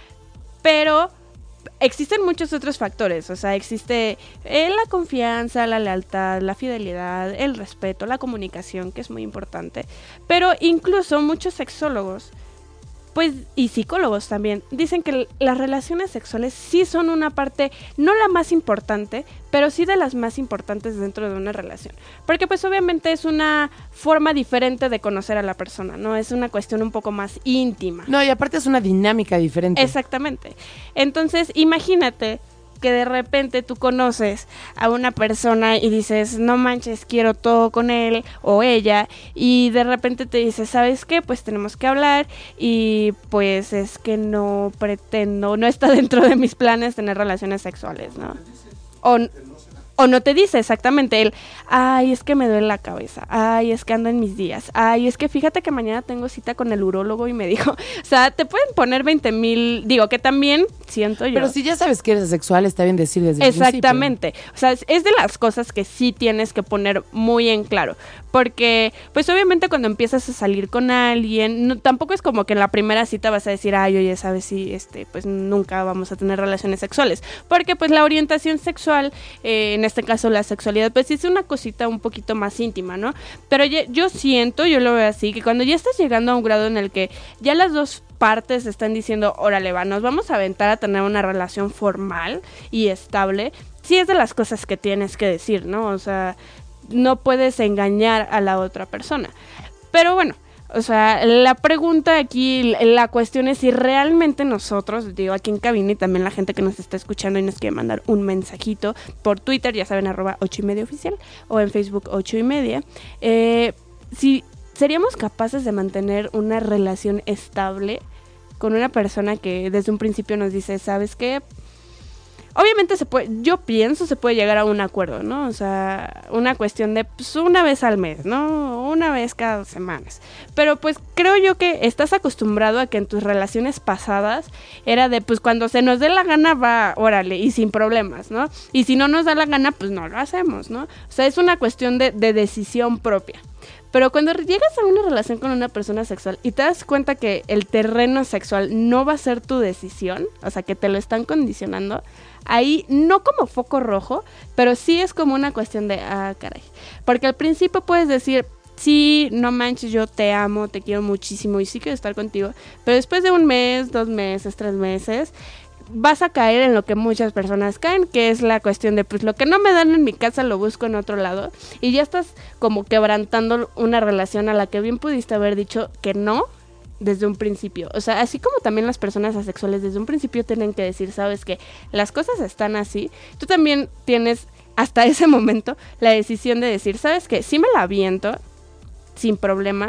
Pero existen muchos otros factores, o sea, existe eh, la confianza, la lealtad, la fidelidad, el respeto, la comunicación, que es muy importante. Pero incluso muchos sexólogos, pues, y psicólogos también, dicen que l- las relaciones sexuales sí son una parte, no la más importante, pero sí de las más importantes dentro de una relación. Porque pues obviamente es una forma diferente de conocer a la persona, ¿no? Es una cuestión un poco más íntima. No, y aparte es una dinámica diferente. Exactamente. Entonces, imagínate que de repente tú conoces a una persona y dices, no manches, quiero todo con él o ella, y de repente te dice, ¿sabes qué? Pues tenemos que hablar y pues es que no pretendo, no está dentro de mis planes tener relaciones sexuales, ¿no? O, o no te dice exactamente él, ay, es que me duele la cabeza, ay, es que ando en mis días, ay, es que fíjate que mañana tengo cita con el urólogo y me dijo, o sea, te pueden poner veinte mil, digo que también siento yo. Pero si ya sabes que eres asexual, está bien decir desde el principio. Exactamente, o sea, es, es de las cosas que sí tienes que poner muy en claro, porque pues obviamente cuando empiezas a salir con alguien, no, tampoco es como que en la primera cita vas a decir, ay, oye, sabes, sí, este, pues nunca vamos a tener relaciones sexuales, porque pues la orientación sexual, eh, en este caso la sexualidad, pues es una cosita un poquito más íntima, ¿no? Pero ya, yo siento, yo lo veo así, que cuando ya estás llegando a un grado en el que ya las dos partes están diciendo, órale, va, nos vamos a aventar a tener una relación formal y estable, sí es de las cosas que tienes que decir, ¿no? O sea, no puedes engañar a la otra persona. Pero bueno, o sea, la pregunta aquí, la cuestión es si realmente nosotros, digo, aquí en cabina y también la gente que nos está escuchando y nos quiere mandar un mensajito por Twitter, ya saben, arroba ocho y media oficial, o en Facebook ocho y media, eh, si seríamos capaces de mantener una relación estable con una persona que desde un principio nos dice, ¿sabes qué? Obviamente se puede, yo pienso se puede llegar a un acuerdo, ¿no? O sea, una cuestión de pues, una vez al mes, ¿no? Una vez cada dos semanas. Pero pues creo yo que estás acostumbrado a que en tus relaciones pasadas era de pues cuando se nos dé la gana va, órale, y sin problemas, ¿no? Y si no nos da la gana, pues no lo hacemos, ¿no? O sea, es una cuestión de, de decisión propia. Pero cuando llegas a una relación con una persona sexual y te das cuenta que el terreno sexual no va a ser tu decisión, o sea, que te lo están condicionando, ahí no como foco rojo, pero sí es como una cuestión de, ah, caray. Porque al principio puedes decir, sí, no manches, yo te amo, te quiero muchísimo y sí quiero estar contigo, pero después de un mes, dos meses, tres meses, vas a caer en lo que muchas personas caen, que es la cuestión de, pues, lo que no me dan en mi casa lo busco en otro lado, y ya estás como quebrantando una relación a la que bien pudiste haber dicho que no desde un principio. O sea, así como también las personas asexuales desde un principio tienen que decir, sabes que las cosas están así, tú también tienes hasta ese momento la decisión de decir, sabes que sí me la aviento sin problema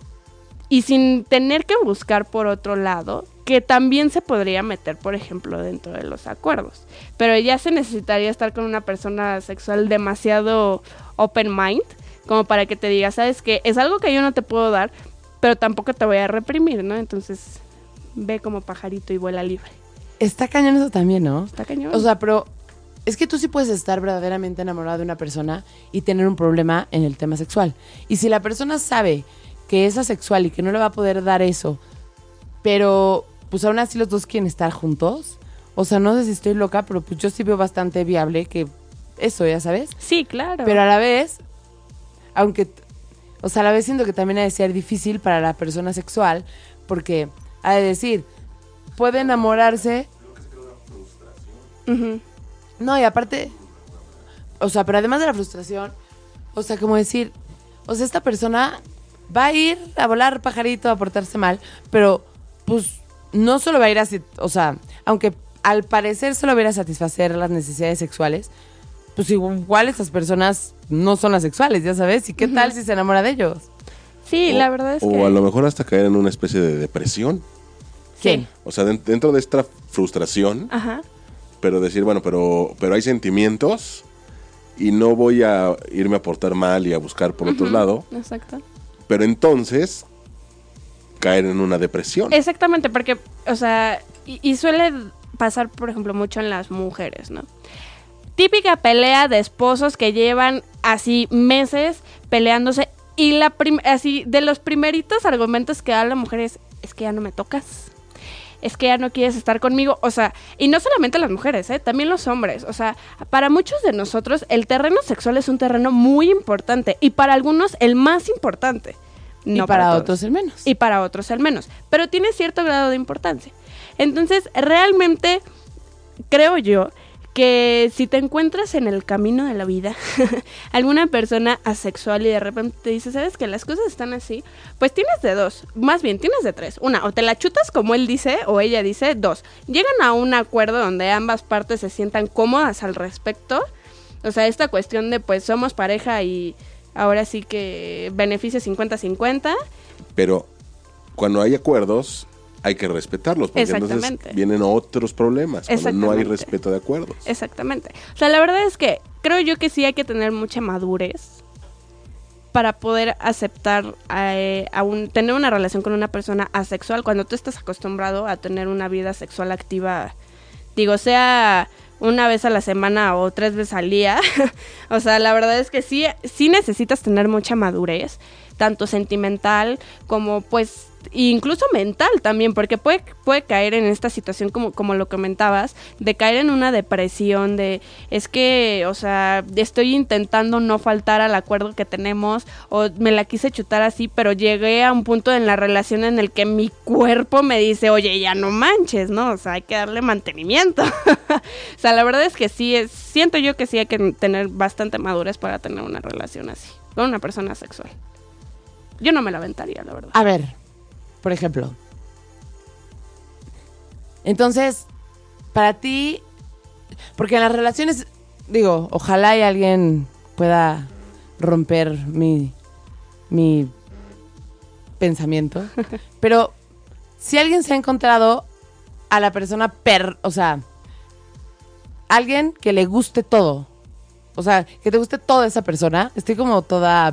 y sin tener que buscar por otro lado, que también se podría meter, por ejemplo, dentro de los acuerdos. Pero ya se necesitaría estar con una persona sexual demasiado open mind, como para que te diga, ¿sabes qué? Es algo que yo no te puedo dar, pero tampoco te voy a reprimir, ¿no? Entonces, ve como pajarito y vuela libre. Está cañón eso también, ¿no? Está cañón. O sea, pero es que tú sí puedes estar verdaderamente enamorado de una persona y tener un problema en el tema sexual. Y si la persona sabe que es asexual y que no le va a poder dar eso, pero pues aún así los dos quieren estar juntos, o sea, no sé si estoy loca, pero pues yo sí veo bastante viable que eso, ya sabes. Sí, claro. Pero a la vez, aunque, o sea, a la vez siento que también ha de ser difícil para la persona sexual, porque ha de decir, puede enamorarse. Uh-huh. No, y aparte, o sea, pero además de la frustración, o sea, como decir, o sea, esta persona va a ir a volar pajarito, a portarse mal, pero pues no solo va a ir a, o sea, aunque al parecer solo va a ir a satisfacer las necesidades sexuales, pues igual estas personas no son las sexuales, ya sabes, ¿y qué uh-huh. tal si se enamora de ellos? Sí, o, la verdad es o que... O a lo mejor hasta caer en una especie de depresión. Sí. O sea, de, dentro de esta frustración, ajá. pero decir, bueno, pero, pero hay sentimientos y no voy a irme a portar mal y a buscar por uh-huh. otro lado. Exacto. Pero entonces caer en una depresión. Exactamente, porque, o sea, y, y suele pasar, por ejemplo, mucho en las mujeres, ¿no? Típica pelea de esposos que llevan así meses peleándose y la prim- así de los primeritos argumentos que da la mujer es, es que ya no me tocas, es que ya no quieres estar conmigo, o sea, y no solamente las mujeres, ¿eh? También los hombres, o sea, para muchos de nosotros el terreno sexual es un terreno muy importante y para algunos el más importante. No y para, para otros el menos. Y para otros el menos, pero tiene cierto grado de importancia. Entonces, realmente creo yo que si te encuentras en el camino de la vida alguna persona asexual y de repente te dice, ¿sabes que las cosas están así? Pues tienes de dos, más bien tienes de tres. Una, o te la chutas como él dice o ella dice. Dos, llegan a un acuerdo donde ambas partes se sientan cómodas al respecto. O sea, esta cuestión de pues somos pareja y ahora sí que beneficio cincuenta cincuenta. Pero cuando hay acuerdos hay que respetarlos, porque entonces vienen otros problemas, cuando no hay respeto de acuerdos. Exactamente. O sea, la verdad es que creo yo que sí hay que tener mucha madurez para poder aceptar eh, a un, tener una relación con una persona asexual cuando tú estás acostumbrado a tener una vida sexual activa, digo, sea una vez a la semana o tres veces al día. O sea, la verdad es que sí, sí necesitas tener mucha madurez, tanto sentimental como pues incluso mental también, porque puede, puede caer en esta situación como, como lo comentabas, de caer en una depresión, de es que, o sea, estoy intentando no faltar al acuerdo que tenemos, o me la quise chutar así, pero llegué a un punto en la relación en el que mi cuerpo me dice, oye, ya no manches, ¿no? O sea, hay que darle mantenimiento. O sea, la verdad es que sí, es, siento yo que sí hay que tener bastante madurez para tener una relación así, con una persona sexual. Yo no me la aventaría, la verdad. A ver, por ejemplo. Entonces, para ti, porque en las relaciones, digo, ojalá y alguien pueda romper mi, mi pensamiento, pero si alguien se ha encontrado a la persona per, o sea, alguien que le guste todo, o sea, que te guste toda esa persona, estoy como toda...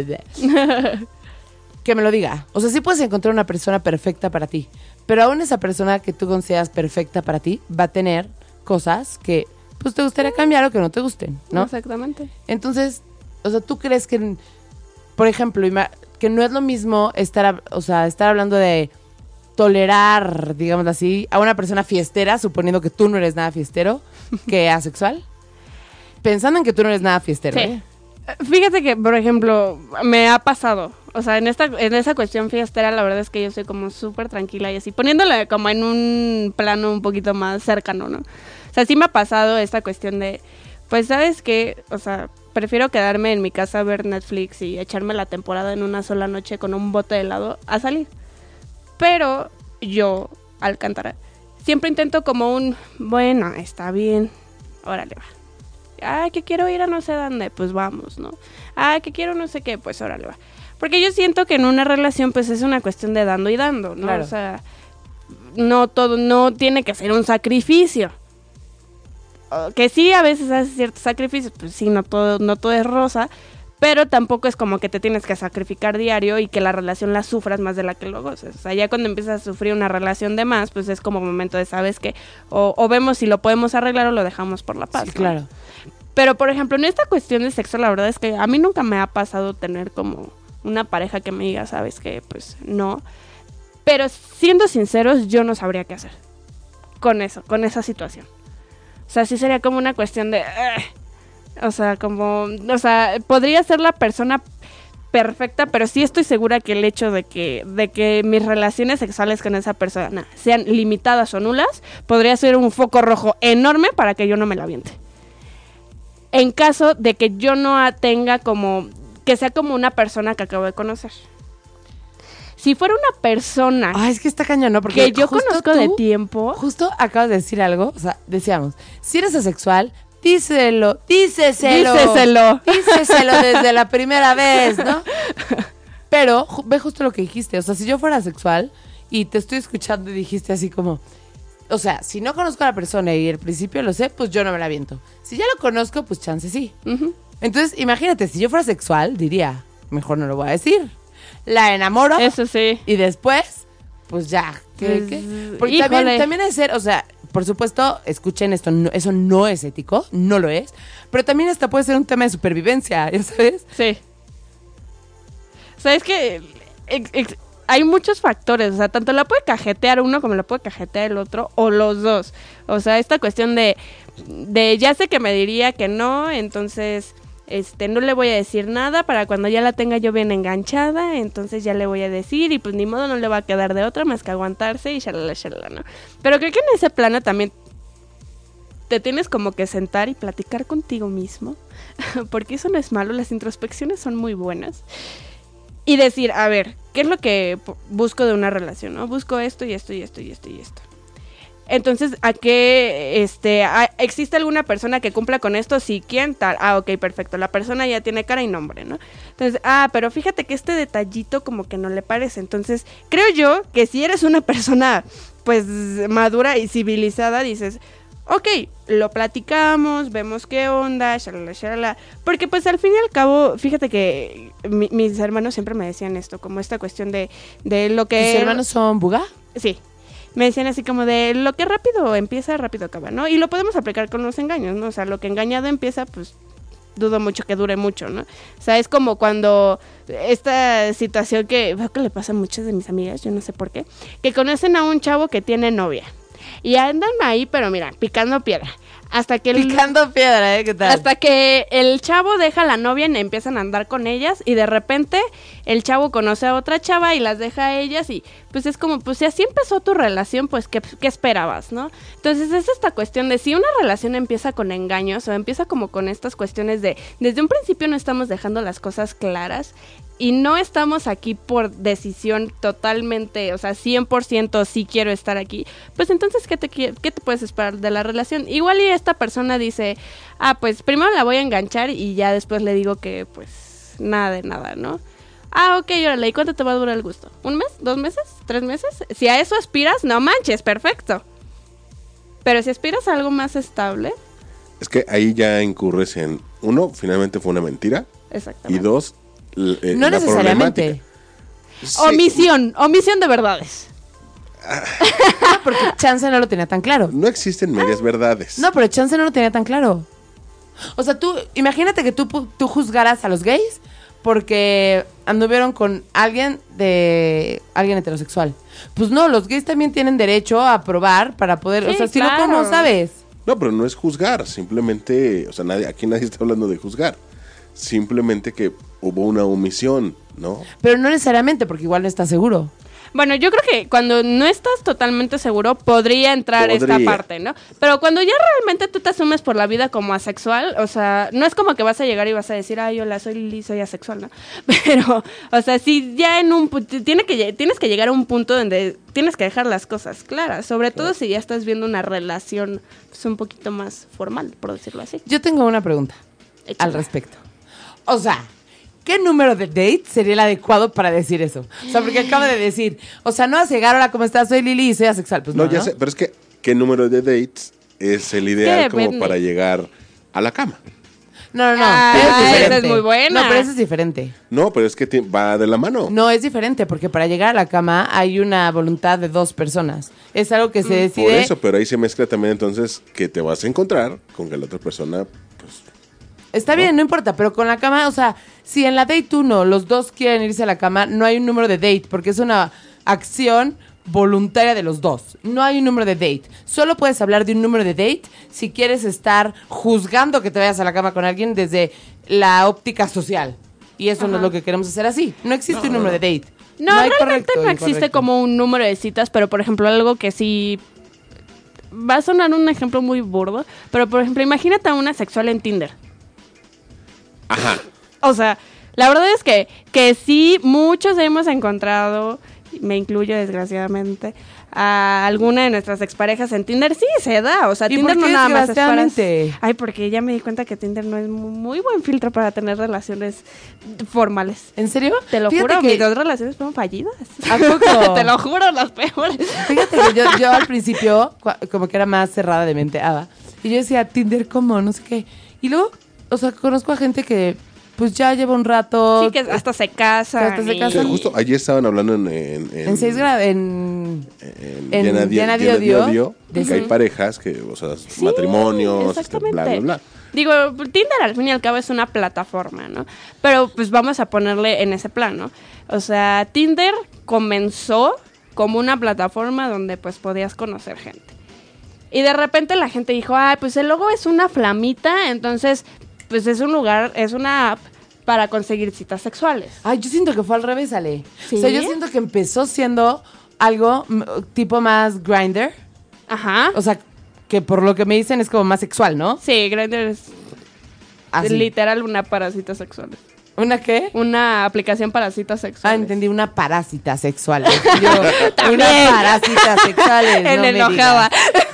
que me lo diga. O sea, sí puedes encontrar una persona perfecta para ti, pero aún esa persona que tú consideras perfecta para ti va a tener cosas que pues te gustaría cambiar o que no te gusten, ¿no? Exactamente. Entonces, o sea, ¿tú crees que, por ejemplo, que no es lo mismo estar, o sea, estar hablando de tolerar, digamos así, a una persona fiestera, suponiendo que tú no eres nada fiestero, que asexual? Pensando en que tú no eres nada fiestero, sí. ¿eh? Fíjate que, por ejemplo, me ha pasado, o sea, en esta en esa cuestión fiestera, la verdad es que yo soy como súper tranquila y así, poniéndole como en un plano un poquito más cercano, ¿no? O sea, sí me ha pasado esta cuestión de, pues, ¿sabes qué? O sea, prefiero quedarme en mi casa a ver Netflix y echarme la temporada en una sola noche con un bote de helado a salir. Pero yo, Alcántara, siempre intento como un, bueno, está bien, órale, va. Ah, que quiero ir a no sé dónde, pues vamos, ¿no? Ah, que quiero no sé qué, pues órale va. Porque yo siento que en una relación pues es una cuestión de dando y dando, ¿no? Claro. O sea, no todo, no tiene que ser un sacrificio. que sí a veces haces ciertos sacrificios, pues sí, no todo, no todo es rosa, pero tampoco es como que te tienes que sacrificar diario y que la relación la sufras más de la que lo goces. O sea, ya cuando empiezas a sufrir una relación de más, pues es como momento de, ¿sabes qué? O, o vemos si lo podemos arreglar o lo dejamos por la paz. Sí, ¿no? claro. Pero, por ejemplo, en esta cuestión de sexo, la verdad es que a mí nunca me ha pasado tener como una pareja que me diga, ¿sabes qué? Pues no. Pero siendo sinceros, yo no sabría qué hacer con eso, con esa situación. O sea, sí sería como una cuestión de... Uh, o sea, como... O sea, podría ser la persona perfecta, pero sí estoy segura que el hecho de que, de que mis relaciones sexuales con esa persona sean limitadas o nulas, podría ser un foco rojo enorme para que yo no me la aviente. En caso de que yo no tenga como... que sea como una persona que acabo de conocer. Si fuera una persona... Ah, es que está cañón, ¿no? Porque que yo conozco tú, de tiempo... Justo acabas de decir algo, o sea, decíamos, si eres asexual, díselo, díceselo. Díseselo. Díseselo desde la primera vez, ¿no? Pero, ju- ve justo lo que dijiste, o sea, si yo fuera asexual y te estoy escuchando y dijiste así como... O sea, si no conozco a la persona y al principio lo sé, pues yo no me la aviento. Si ya lo conozco, pues chance sí. Uh-huh. Entonces, imagínate, si yo fuera sexual, diría, mejor no lo voy a decir. La enamoro. Eso sí. Y después, pues ya. ¿qué, Pues, qué? Porque también, también es ser, o sea, por supuesto, escuchen esto, no, eso no es ético, no lo es. Pero también hasta puede ser un tema de supervivencia, ¿ya sabes? Sí. O sea, es que ex, ex, hay muchos factores, o sea, tanto la puede cajetear uno como la puede cajetear el otro, o los dos. O sea, esta cuestión de, de ya sé que me diría que no, entonces... Este, no le voy a decir nada para cuando ya la tenga yo bien enganchada, entonces ya le voy a decir y pues ni modo, no le va a quedar de otra más que aguantarse y shalala, shalala, ¿no? Pero creo que en ese plano también te tienes como que sentar y platicar contigo mismo, porque eso no es malo, las introspecciones son muy buenas. Y decir, a ver, ¿qué es lo que busco de una relación, no? Busco esto y esto y esto y esto y esto. Entonces, ¿a qué este, a, existe alguna persona que cumpla con esto? Sí, ¿quién? Tal. Ah, ok, perfecto. La persona ya tiene cara y nombre, ¿no? Entonces, ah, pero fíjate que este detallito como que no le parece. Entonces, creo yo que si eres una persona, pues, madura y civilizada, dices, ok, lo platicamos, vemos qué onda, shalala, shalala. Porque, pues, al fin y al cabo, fíjate que mi, mis hermanos siempre me decían esto, como esta cuestión de, de lo que... ¿Tus hermanos son buga? Sí. Me decían así como de lo que rápido empieza, rápido acaba, ¿no? Y lo podemos aplicar con los engaños, ¿no? O sea, lo que engañado empieza, pues dudo mucho que dure mucho, ¿no? O sea, es como cuando esta situación que veo que le pasa a muchas de mis amigas, yo no sé por qué, que conocen a un chavo que tiene novia y andan ahí, pero mira, picando piedra. Hasta que el, Picando piedra, ¿eh? ¿Qué tal? Hasta que el chavo deja a la novia y empiezan a andar con ellas y de repente el chavo conoce a otra chava y las deja a ellas y pues es como, pues si así empezó tu relación, pues ¿qué, qué esperabas, no? Entonces es esta cuestión de si una relación empieza con engaños o empieza como con estas cuestiones de desde un principio no estamos dejando las cosas claras y no estamos aquí por decisión totalmente, o sea, cien por ciento sí quiero estar aquí, pues entonces, ¿qué te, qué te puedes esperar de la relación? Igual y esta persona dice, ah, pues primero la voy a enganchar y ya después le digo que, pues, nada de nada, ¿no? Ah, ok, órale, ¿y cuánto te va a durar el gusto? ¿Un mes? ¿Dos meses? ¿Tres meses? Si a eso aspiras, no manches, perfecto. Pero si aspiras a algo más estable... Es que ahí ya incurres en, uno, finalmente fue una mentira. Exactamente. Y dos... Eh, no necesariamente. Sí. Omisión, omisión de verdades. Ah, porque Chance no lo tenía tan claro. No existen medias verdades. No, pero Chance no lo tenía tan claro. O sea, tú, imagínate que tú, tú juzgaras a los gays porque anduvieron con alguien de alguien heterosexual. Pues no, los gays también tienen derecho a probar para poder, sí, o sea, claro. Si no, ¿cómo sabes? No, pero no es juzgar, simplemente, o sea, nadie, aquí nadie está hablando de juzgar. Simplemente que hubo una omisión, ¿no? Pero no necesariamente, porque igual no estás seguro. Bueno, yo creo que cuando no estás totalmente seguro podría entrar Podría. esta parte, ¿no? Pero cuando ya realmente tú te asumes por la vida como asexual, o sea, no es como que vas a llegar y vas a decir, ay, hola, soy Lili, soy asexual, ¿no? Pero, o sea, si ya en un tiene que tienes que llegar a un punto donde tienes que dejar las cosas claras, sobre todo si ya estás viendo una relación pues, un poquito más formal, por decirlo así. Yo tengo una pregunta Échala. al respecto. O sea, ¿qué número de date sería el adecuado para decir eso? O sea, porque acaba de decir, o sea, no vas a llegar, hola, ¿cómo estás? Soy Lili y soy asexual. Pues no, No, ya ¿no? sé, pero es que, ¿qué número de dates es el ideal como depende. Para llegar a la cama. No, no, no. Ah, es esa es muy buena. No, pero eso es diferente. No, pero es que te, va de la mano. No, es diferente, porque para llegar a la cama hay una voluntad de dos personas. Es algo que se decide... Por eso, pero ahí se mezcla también entonces que te vas a encontrar con que la otra persona, pues... Está ¿no? bien, no importa, pero con la cama, o sea, si en la date uno los dos quieren irse a la cama, no hay un número de date, porque es una acción voluntaria de los dos. No hay un número de date. Solo puedes hablar de un número de date si quieres estar juzgando que te vayas a la cama con alguien desde la óptica social. Y eso Ajá. no es lo que queremos hacer así. No existe no, un número de date. No, no realmente no existe como un número de citas, pero por ejemplo algo que sí... Va a sonar un ejemplo muy burdo, pero por ejemplo imagínate a una sexual en Tinder. Ajá. O sea, la verdad es que, que sí, muchos hemos encontrado... me incluyo desgraciadamente, a alguna de nuestras exparejas en Tinder, sí se da, o sea, Tinder no nada más es para... Ay, porque ya me di cuenta que Tinder no es muy buen filtro para tener relaciones formales. ¿En serio? Te lo Fíjate juro, que... mis dos relaciones fueron fallidas. ¿A poco? Te lo juro, las peores. Fíjate que yo, yo al principio, como que era más cerrada de mente, Ada, y yo decía, Tinder, ¿cómo? No sé qué. Y luego, o sea, conozco a gente que... pues ya lleva un rato. Sí, que hasta se casan. Hasta se casan. Sí, justo ayer estaban hablando en... En, en, en seis grados, en... En Llena Dio, que hay parejas que, o sea, sí, matrimonios, este, bla, bla, bla. Digo, Tinder al fin y al cabo es una plataforma, ¿no? Pero pues vamos a ponerle en ese plan, ¿no? O sea, Tinder comenzó como una plataforma donde pues podías conocer gente. Y de repente la gente dijo, ay, pues el logo es una flamita, entonces... pues es un lugar, es una app para conseguir citas sexuales. Ay, yo siento que fue al revés, Ale. ¿Sí? O sea, yo siento que empezó siendo algo m- tipo más Grindr. Ajá. O sea, que por lo que me dicen es como más sexual, ¿no? Sí, Grindr es Así. literal una para citas sexuales. ¿Una qué? Una aplicación para citas sexuales. Ah, entendí, una parásita sexual. Yo, una parásita sexual. En no enojaba.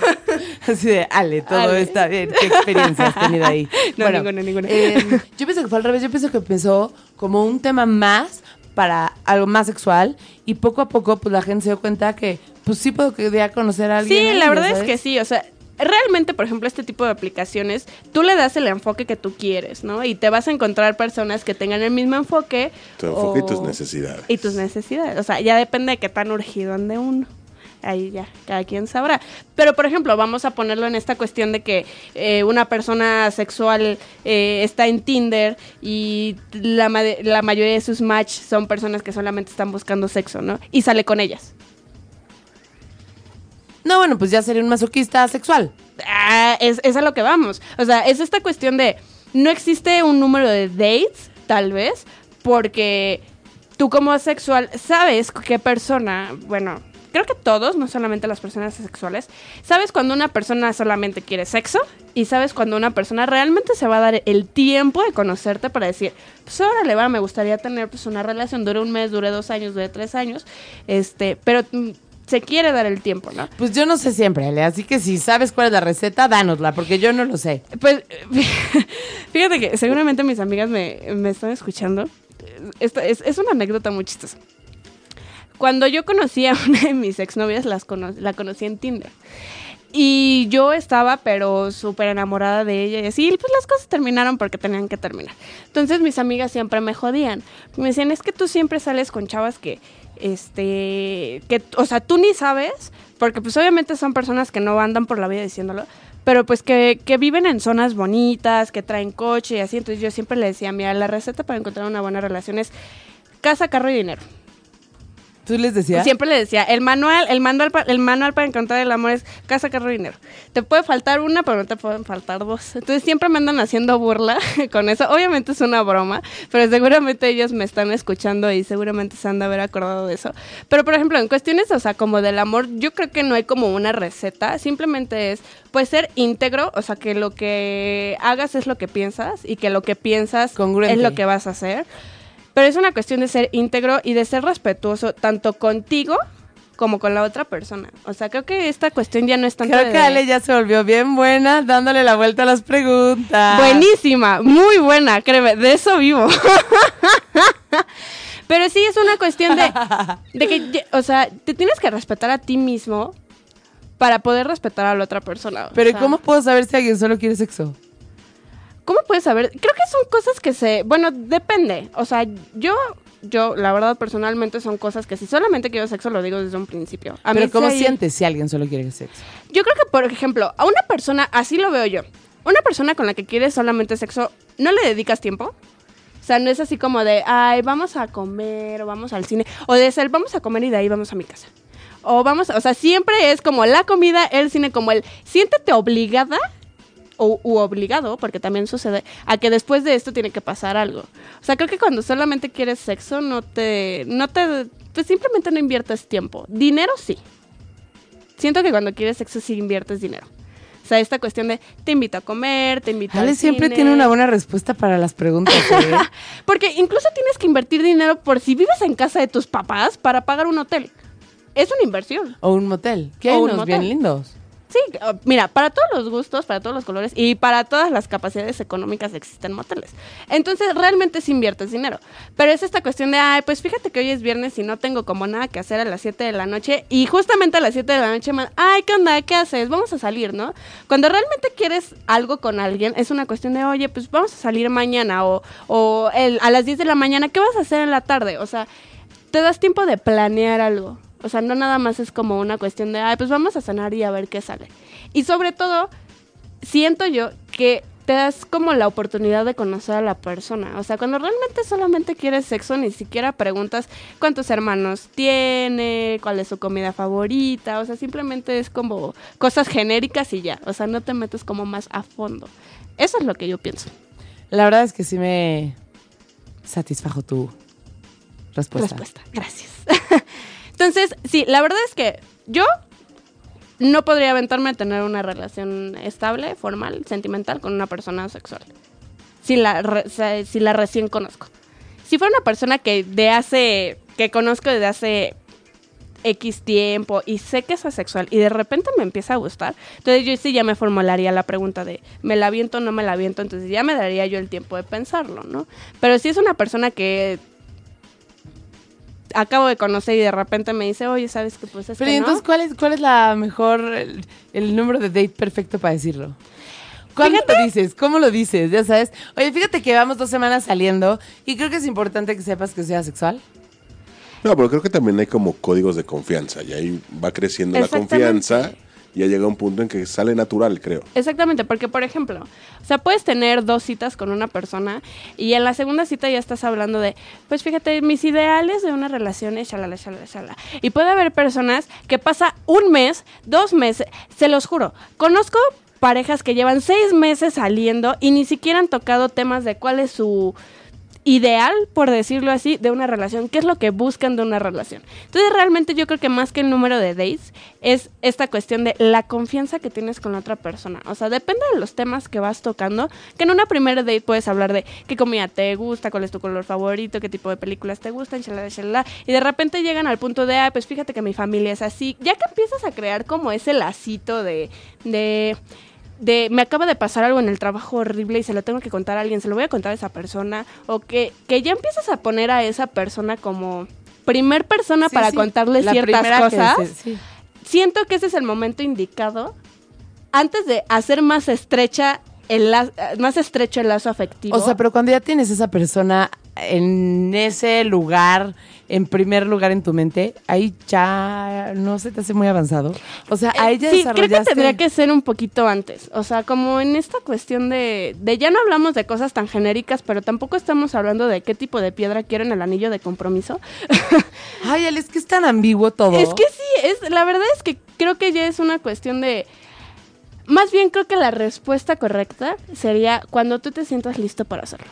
Así de, Ale, todo Ale. Está bien. ¿Qué experiencia has tenido ahí? No, bueno, ninguna, ninguna. Eh, yo pienso que fue al revés. Yo pienso que empezó como un tema más para algo más sexual y poco a poco pues la gente se dio cuenta que pues sí podía conocer a alguien. Sí, ahí, la verdad ¿sabes? es que sí, o sea... realmente, por ejemplo, este tipo de aplicaciones, tú le das el enfoque que tú quieres, ¿no? Y te vas a encontrar personas que tengan el mismo enfoque. Tu enfoque o... y tus necesidades. Y tus necesidades. O sea, ya depende de qué tan urgido ande uno. Ahí ya, cada quien sabrá. Pero, por ejemplo, vamos a ponerlo en esta cuestión de que eh, una persona sexual eh, está en Tinder y la, ma- la mayoría de sus match son personas que solamente están buscando sexo, ¿no? Y sale con ellas. No, bueno, pues ya sería un masoquista sexual. Ah, es, es a lo que vamos. O sea, es esta cuestión de... no existe un número de dates, tal vez, porque tú como sexual sabes qué persona... bueno, creo que todos, no solamente las personas sexuales, sabes cuando una persona solamente quiere sexo y sabes cuando una persona realmente se va a dar el tiempo de conocerte para decir, pues órale, va, me gustaría tener pues una relación, dure un mes, dure dos años, dure tres años, este, pero... se quiere dar el tiempo, ¿no? Pues yo no sé siempre, Ale, así que si sabes cuál es la receta, dánosla, porque yo no lo sé. Pues, fíjate que seguramente mis amigas me, me están escuchando. Esto es, es una anécdota muy chistosa. Cuando yo conocí a una de mis exnovias, las cono- la conocí en Tinder. Y yo estaba, pero súper enamorada de ella. Y así, pues las cosas terminaron porque tenían que terminar. Entonces mis amigas siempre me jodían. Me decían, es que tú siempre sales con chavas que... este que o sea tú ni sabes porque pues obviamente son personas que no andan por la vida diciéndolo pero pues que, que viven en zonas bonitas, que traen coche y así. Entonces yo siempre le decía, mira, la receta para encontrar una buena relación es casa, carro y dinero. ¿Tú les decías? Siempre le decía, el manual, el manual, el manual para encontrar el amor es casa, carro y dinero. Te puede faltar una, pero no te pueden faltar dos. Entonces siempre me andan haciendo burla con eso. Obviamente es una broma, pero seguramente ellos me están escuchando y seguramente se han de haber acordado de eso. Pero por ejemplo, en cuestiones, o sea, como del amor, yo creo que no hay como una receta. Simplemente es, pues, ser íntegro, o sea, que lo que hagas es lo que piensas y que lo que piensas Congruente. Es lo que vas a hacer. Pero es una cuestión de ser íntegro y de ser respetuoso tanto contigo como con la otra persona. O sea, creo que esta cuestión ya no es tanto Creo de... que Ale ya se volvió bien buena dándole la vuelta a las preguntas. Buenísima, muy buena, créeme, de eso vivo. Pero sí es una cuestión de, de que, o sea, te tienes que respetar a ti mismo para poder respetar a la otra persona. Pero ¿y cómo puedo saber si alguien solo quiere sexo? ¿Cómo puedes saber? Creo que son cosas que se... Bueno, depende. O sea, yo... Yo, la verdad, personalmente son cosas que si solamente quiero sexo, lo digo desde un principio. A Pero mí ¿cómo sí, sientes si alguien solo quiere sexo? Yo creo que, por ejemplo, a una persona, así lo veo yo, una persona con la que quieres solamente sexo, ¿no le dedicas tiempo? O sea, no es así como de, ay, vamos a comer o vamos al cine. O de ser, vamos a comer y de ahí vamos a mi casa. O vamos, o sea, siempre es como la comida, el cine, como el, siéntete obligada o u obligado, porque también sucede, a que después de esto tiene que pasar algo. O sea, creo que cuando solamente quieres sexo, no te, no te, pues simplemente no inviertes tiempo. Dinero sí. Siento que cuando quieres sexo sí inviertes dinero. O sea, esta cuestión de te invito a comer, te invito Ale al siempre cine. Tiene una buena respuesta para las preguntas, ¿eh? Porque incluso tienes que invertir dinero por si vives en casa de tus papás para pagar un hotel. Es una inversión. O un motel. Que hay unos bien lindos. Sí, mira, para todos los gustos, para todos los colores y para todas las capacidades económicas existen moteles. Entonces, realmente sí inviertes dinero. Pero es esta cuestión de, ay, pues fíjate que hoy es viernes y no tengo como nada que hacer a las siete de la noche. Y justamente a las siete de la noche, man, ay, ¿qué onda? ¿Qué haces? Vamos a salir, ¿no? Cuando realmente quieres algo con alguien, es una cuestión de, oye, pues vamos a salir mañana o, o el, a las diez de la mañana, ¿qué vas a hacer en la tarde? O sea, te das tiempo de planear algo. O sea, no nada más es como una cuestión de, ay, pues vamos a cenar y a ver qué sale. Y sobre todo, siento yo que te das como la oportunidad de conocer a la persona. O sea, cuando realmente solamente quieres sexo, ni siquiera preguntas cuántos hermanos tiene, cuál es su comida favorita. O sea, simplemente es como cosas genéricas y ya. O sea, no te metes como más a fondo. Eso es lo que yo pienso. La verdad es que sí me satisfajo tu respuesta. Respuesta, gracias. Entonces, sí, la verdad es que yo no podría aventarme a tener una relación estable, formal, sentimental con una persona sexual. Si la, re, si la recién conozco. Si fuera una persona que de hace, que conozco desde hace X tiempo y sé que es asexual y de repente me empieza a gustar, entonces yo sí ya me formularía la pregunta de ¿me la aviento o no me la aviento? Entonces ya me daría yo el tiempo de pensarlo, ¿no? Pero si es una persona que acabo de conocer y de repente me dice, oye, ¿sabes qué? Pues es Pero que entonces, no. ¿cuál es, cuál es la mejor, el, el número de date perfecto para decirlo? ¿Cuándo Fíjate. lo dices? ¿Cómo lo dices? Ya sabes. Oye, fíjate que llevamos dos semanas saliendo y creo que es importante que sepas que sea sexual. No, pero creo que también hay como códigos de confianza y ahí va creciendo la confianza. Ya llega un punto en que sale natural, creo. Exactamente, porque por ejemplo, o sea, puedes tener dos citas con una persona y en la segunda cita ya estás hablando de, pues fíjate, mis ideales de una relación es shalala, shalala, shalala. Y puede haber personas que pasa un mes, dos meses, se los juro, conozco parejas que llevan seis meses saliendo y ni siquiera han tocado temas de cuál es su ideal, por decirlo así, de una relación, qué es lo que buscan de una relación. Entonces realmente yo creo que más que el número de dates es esta cuestión de la confianza que tienes con la otra persona. O sea, depende de los temas que vas tocando, que en una primera date puedes hablar de qué comida te gusta, cuál es tu color favorito, qué tipo de películas te gustan, shalala, shalala, y de repente llegan al punto de, ah, pues fíjate que mi familia es así, ya que empiezas a crear como ese lacito de... de de me acaba de pasar algo en el trabajo horrible y se lo tengo que contar a alguien, se lo voy a contar a esa persona, o que, que ya empiezas a poner a esa persona como primer persona sí, para sí. contarle la ciertas cosas, se, sí. Siento que ese es el momento indicado antes de hacer más estrecha el la, más estrecho el lazo afectivo. O sea, pero cuando ya tienes esa persona en ese lugar, en primer lugar en tu mente, ahí ya no se te hace muy avanzado. O sea, ahí ya sí, desarrollaste... creo que tendría que ser un poquito antes. O sea, como en esta cuestión de, de ya no hablamos de cosas tan genéricas, pero tampoco estamos hablando de qué tipo de piedra quieren el anillo de compromiso. Ay, Ale, es que es tan ambiguo todo. Es que sí, es, la verdad es que creo que ya es una cuestión de... Más bien creo que la respuesta correcta sería cuando tú te sientas listo para hacerlo.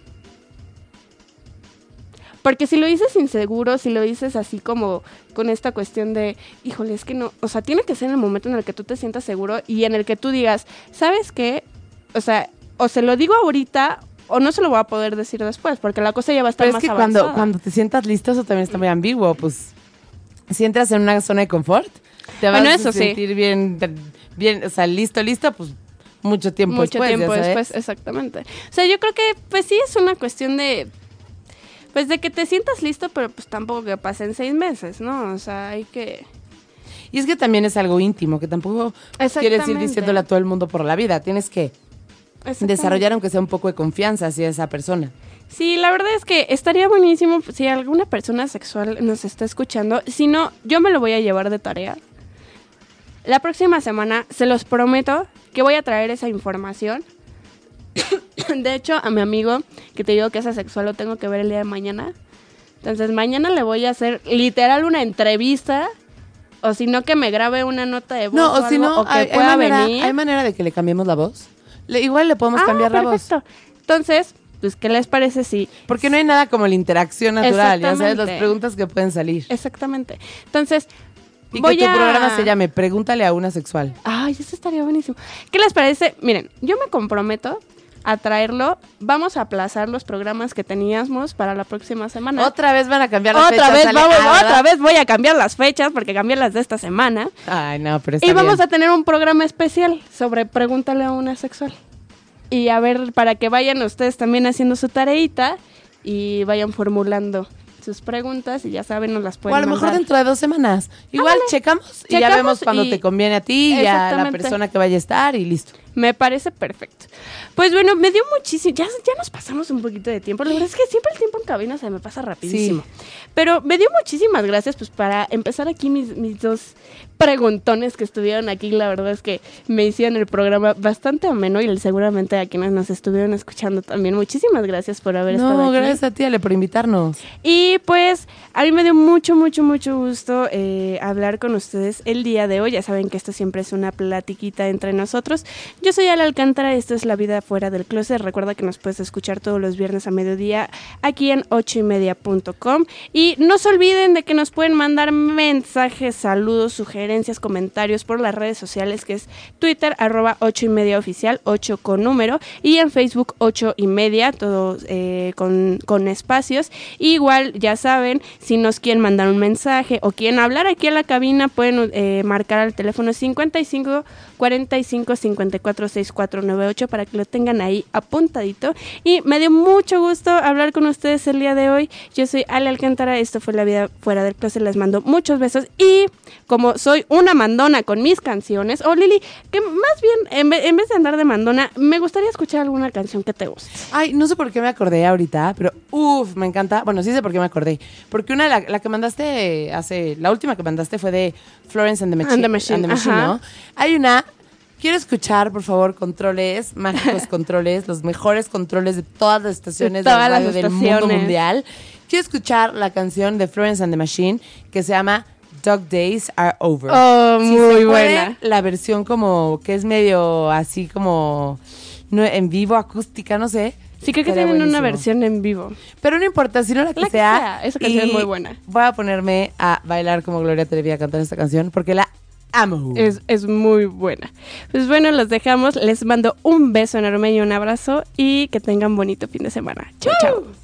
Porque si lo dices inseguro, si lo dices así como con esta cuestión de, híjole, es que no, o sea, tiene que ser en el momento en el que tú te sientas seguro y en el que tú digas, ¿sabes qué? O sea, o se lo digo ahorita o no se lo voy a poder decir después, porque la cosa ya va a estar Pero más es que avanzada. cuando, cuando te sientas listo, eso también está muy ambiguo, pues si entras en una zona de confort, te vas bueno, eso a sentir sí. bien, bien, o sea, listo, listo, pues mucho tiempo mucho después. Mucho tiempo ya sabes. después, exactamente. O sea, yo creo que pues sí es una cuestión de... Pues de que te sientas listo, pero pues tampoco que pasen seis meses, ¿no? O sea, hay que... Y es que también es algo íntimo, que tampoco quieres ir diciéndole a todo el mundo por la vida. Tienes que desarrollar, aunque sea un poco de confianza hacia esa persona. Sí, la verdad es que estaría buenísimo si alguna persona sexual nos está escuchando. Si no, yo me lo voy a llevar de tarea. La próxima semana, se los prometo, que voy a traer esa información. De hecho, a mi amigo, que te digo que es asexual, lo tengo que ver el día de mañana. Entonces, mañana le voy a hacer literal una entrevista, o si no, que me grabe una nota de voz no, o, o si algo, no, o que hay, pueda hay manera, venir. ¿Hay manera de que le cambiemos la voz? Le, igual le podemos ah, cambiar perfecto. la voz. Entonces, pues, ¿qué les parece si...? Porque no hay nada como la interacción natural, ya sabes, las preguntas que pueden salir. Exactamente. Entonces... Y voy que tu a... programa se llame Pregúntale a una sexual. Ay, eso estaría buenísimo. ¿Qué les parece? Miren, yo me comprometo a traerlo. Vamos a aplazar los programas que teníamos para la próxima semana. Otra vez van a cambiar las otra fechas. Vez, vamos, ah, otra vez voy a cambiar las fechas porque cambié las de esta semana. Ay, no, pero está Y vamos bien. a tener un programa especial sobre Pregúntale a una sexual. Y a ver, para que vayan ustedes también haciendo su tareita y vayan formulando sus preguntas y ya saben, nos las pueden O a lo mandar. mejor dentro de dos semanas. Igual Ándale. checamos y Checamos ya vemos cuando y... te conviene a ti y a la persona que vaya a estar y listo. Me parece perfecto. Pues bueno, me dio muchísimo... Ya, ya nos pasamos un poquito de tiempo. La verdad es que siempre el tiempo en cabina se me pasa rapidísimo. Sí. Pero me dio muchísimas gracias pues para empezar aquí mis, mis dos preguntones que estuvieron aquí. La verdad es que me hicieron el programa bastante ameno y seguramente a quienes nos estuvieron escuchando también. Muchísimas gracias por haber no, estado aquí. No, gracias a ti, Ale, por invitarnos. Y pues a mí me dio mucho, mucho, mucho gusto eh, hablar con ustedes el día de hoy. Ya saben que esto siempre es una platiquita entre nosotros. Yo soy Ale Alcántara, esto es La Vida Fuera del Closet. Recuerda que nos puedes escuchar todos los viernes a mediodía aquí en ocho y media punto com. Y no se olviden de que nos pueden mandar mensajes, saludos, sugerencias, comentarios por las redes sociales, que es Twitter, arroba ocho y media oficial, ocho con número, y en Facebook ocho y media, todo eh, con, con espacios. Y igual, ya saben, si nos quieren mandar un mensaje o quieren hablar aquí a la cabina, pueden eh, marcar al teléfono cincuenta y cinco, cuarenta y cinco, cincuenta y cuatro, sesenta y cuatro noventa y ocho para que lo tengan ahí apuntadito. Y me dio mucho gusto hablar con ustedes el día de hoy. Yo soy Ale Alcántara, esto fue La Vida Fuera del Closet. Les mando muchos besos y como soy una mandona con mis canciones, o oh, Lili, que más bien en vez, en vez de andar de mandona, me gustaría escuchar alguna canción que te guste. Ay, no sé por qué me acordé ahorita, pero uff, me encanta. Bueno, sí sé por qué me acordé. Porque una, la, la que mandaste hace, la última que mandaste fue de Florence and the Machine, and the Machine, and the Machine, ¿no? Hay una... Quiero escuchar, por favor, controles, mágicos controles, los mejores controles de todas las estaciones de, de radio del mundo mundial. Quiero escuchar la canción de Florence and the Machine que se llama Dog Days Are Over. Oh, si muy se buena. La versión como que es medio así como no, en vivo, acústica, no sé. Sí, creo que tienen buenísimo. Una versión en vivo. Pero no importa, si no la que, la que sea. sea. Esa canción es muy buena. Voy a ponerme a bailar como Gloria Trevi a cantar esta canción porque la amo. Es, es muy buena. Pues bueno, los dejamos. Les mando un beso enorme y un abrazo y que tengan bonito fin de semana. Chau, chau.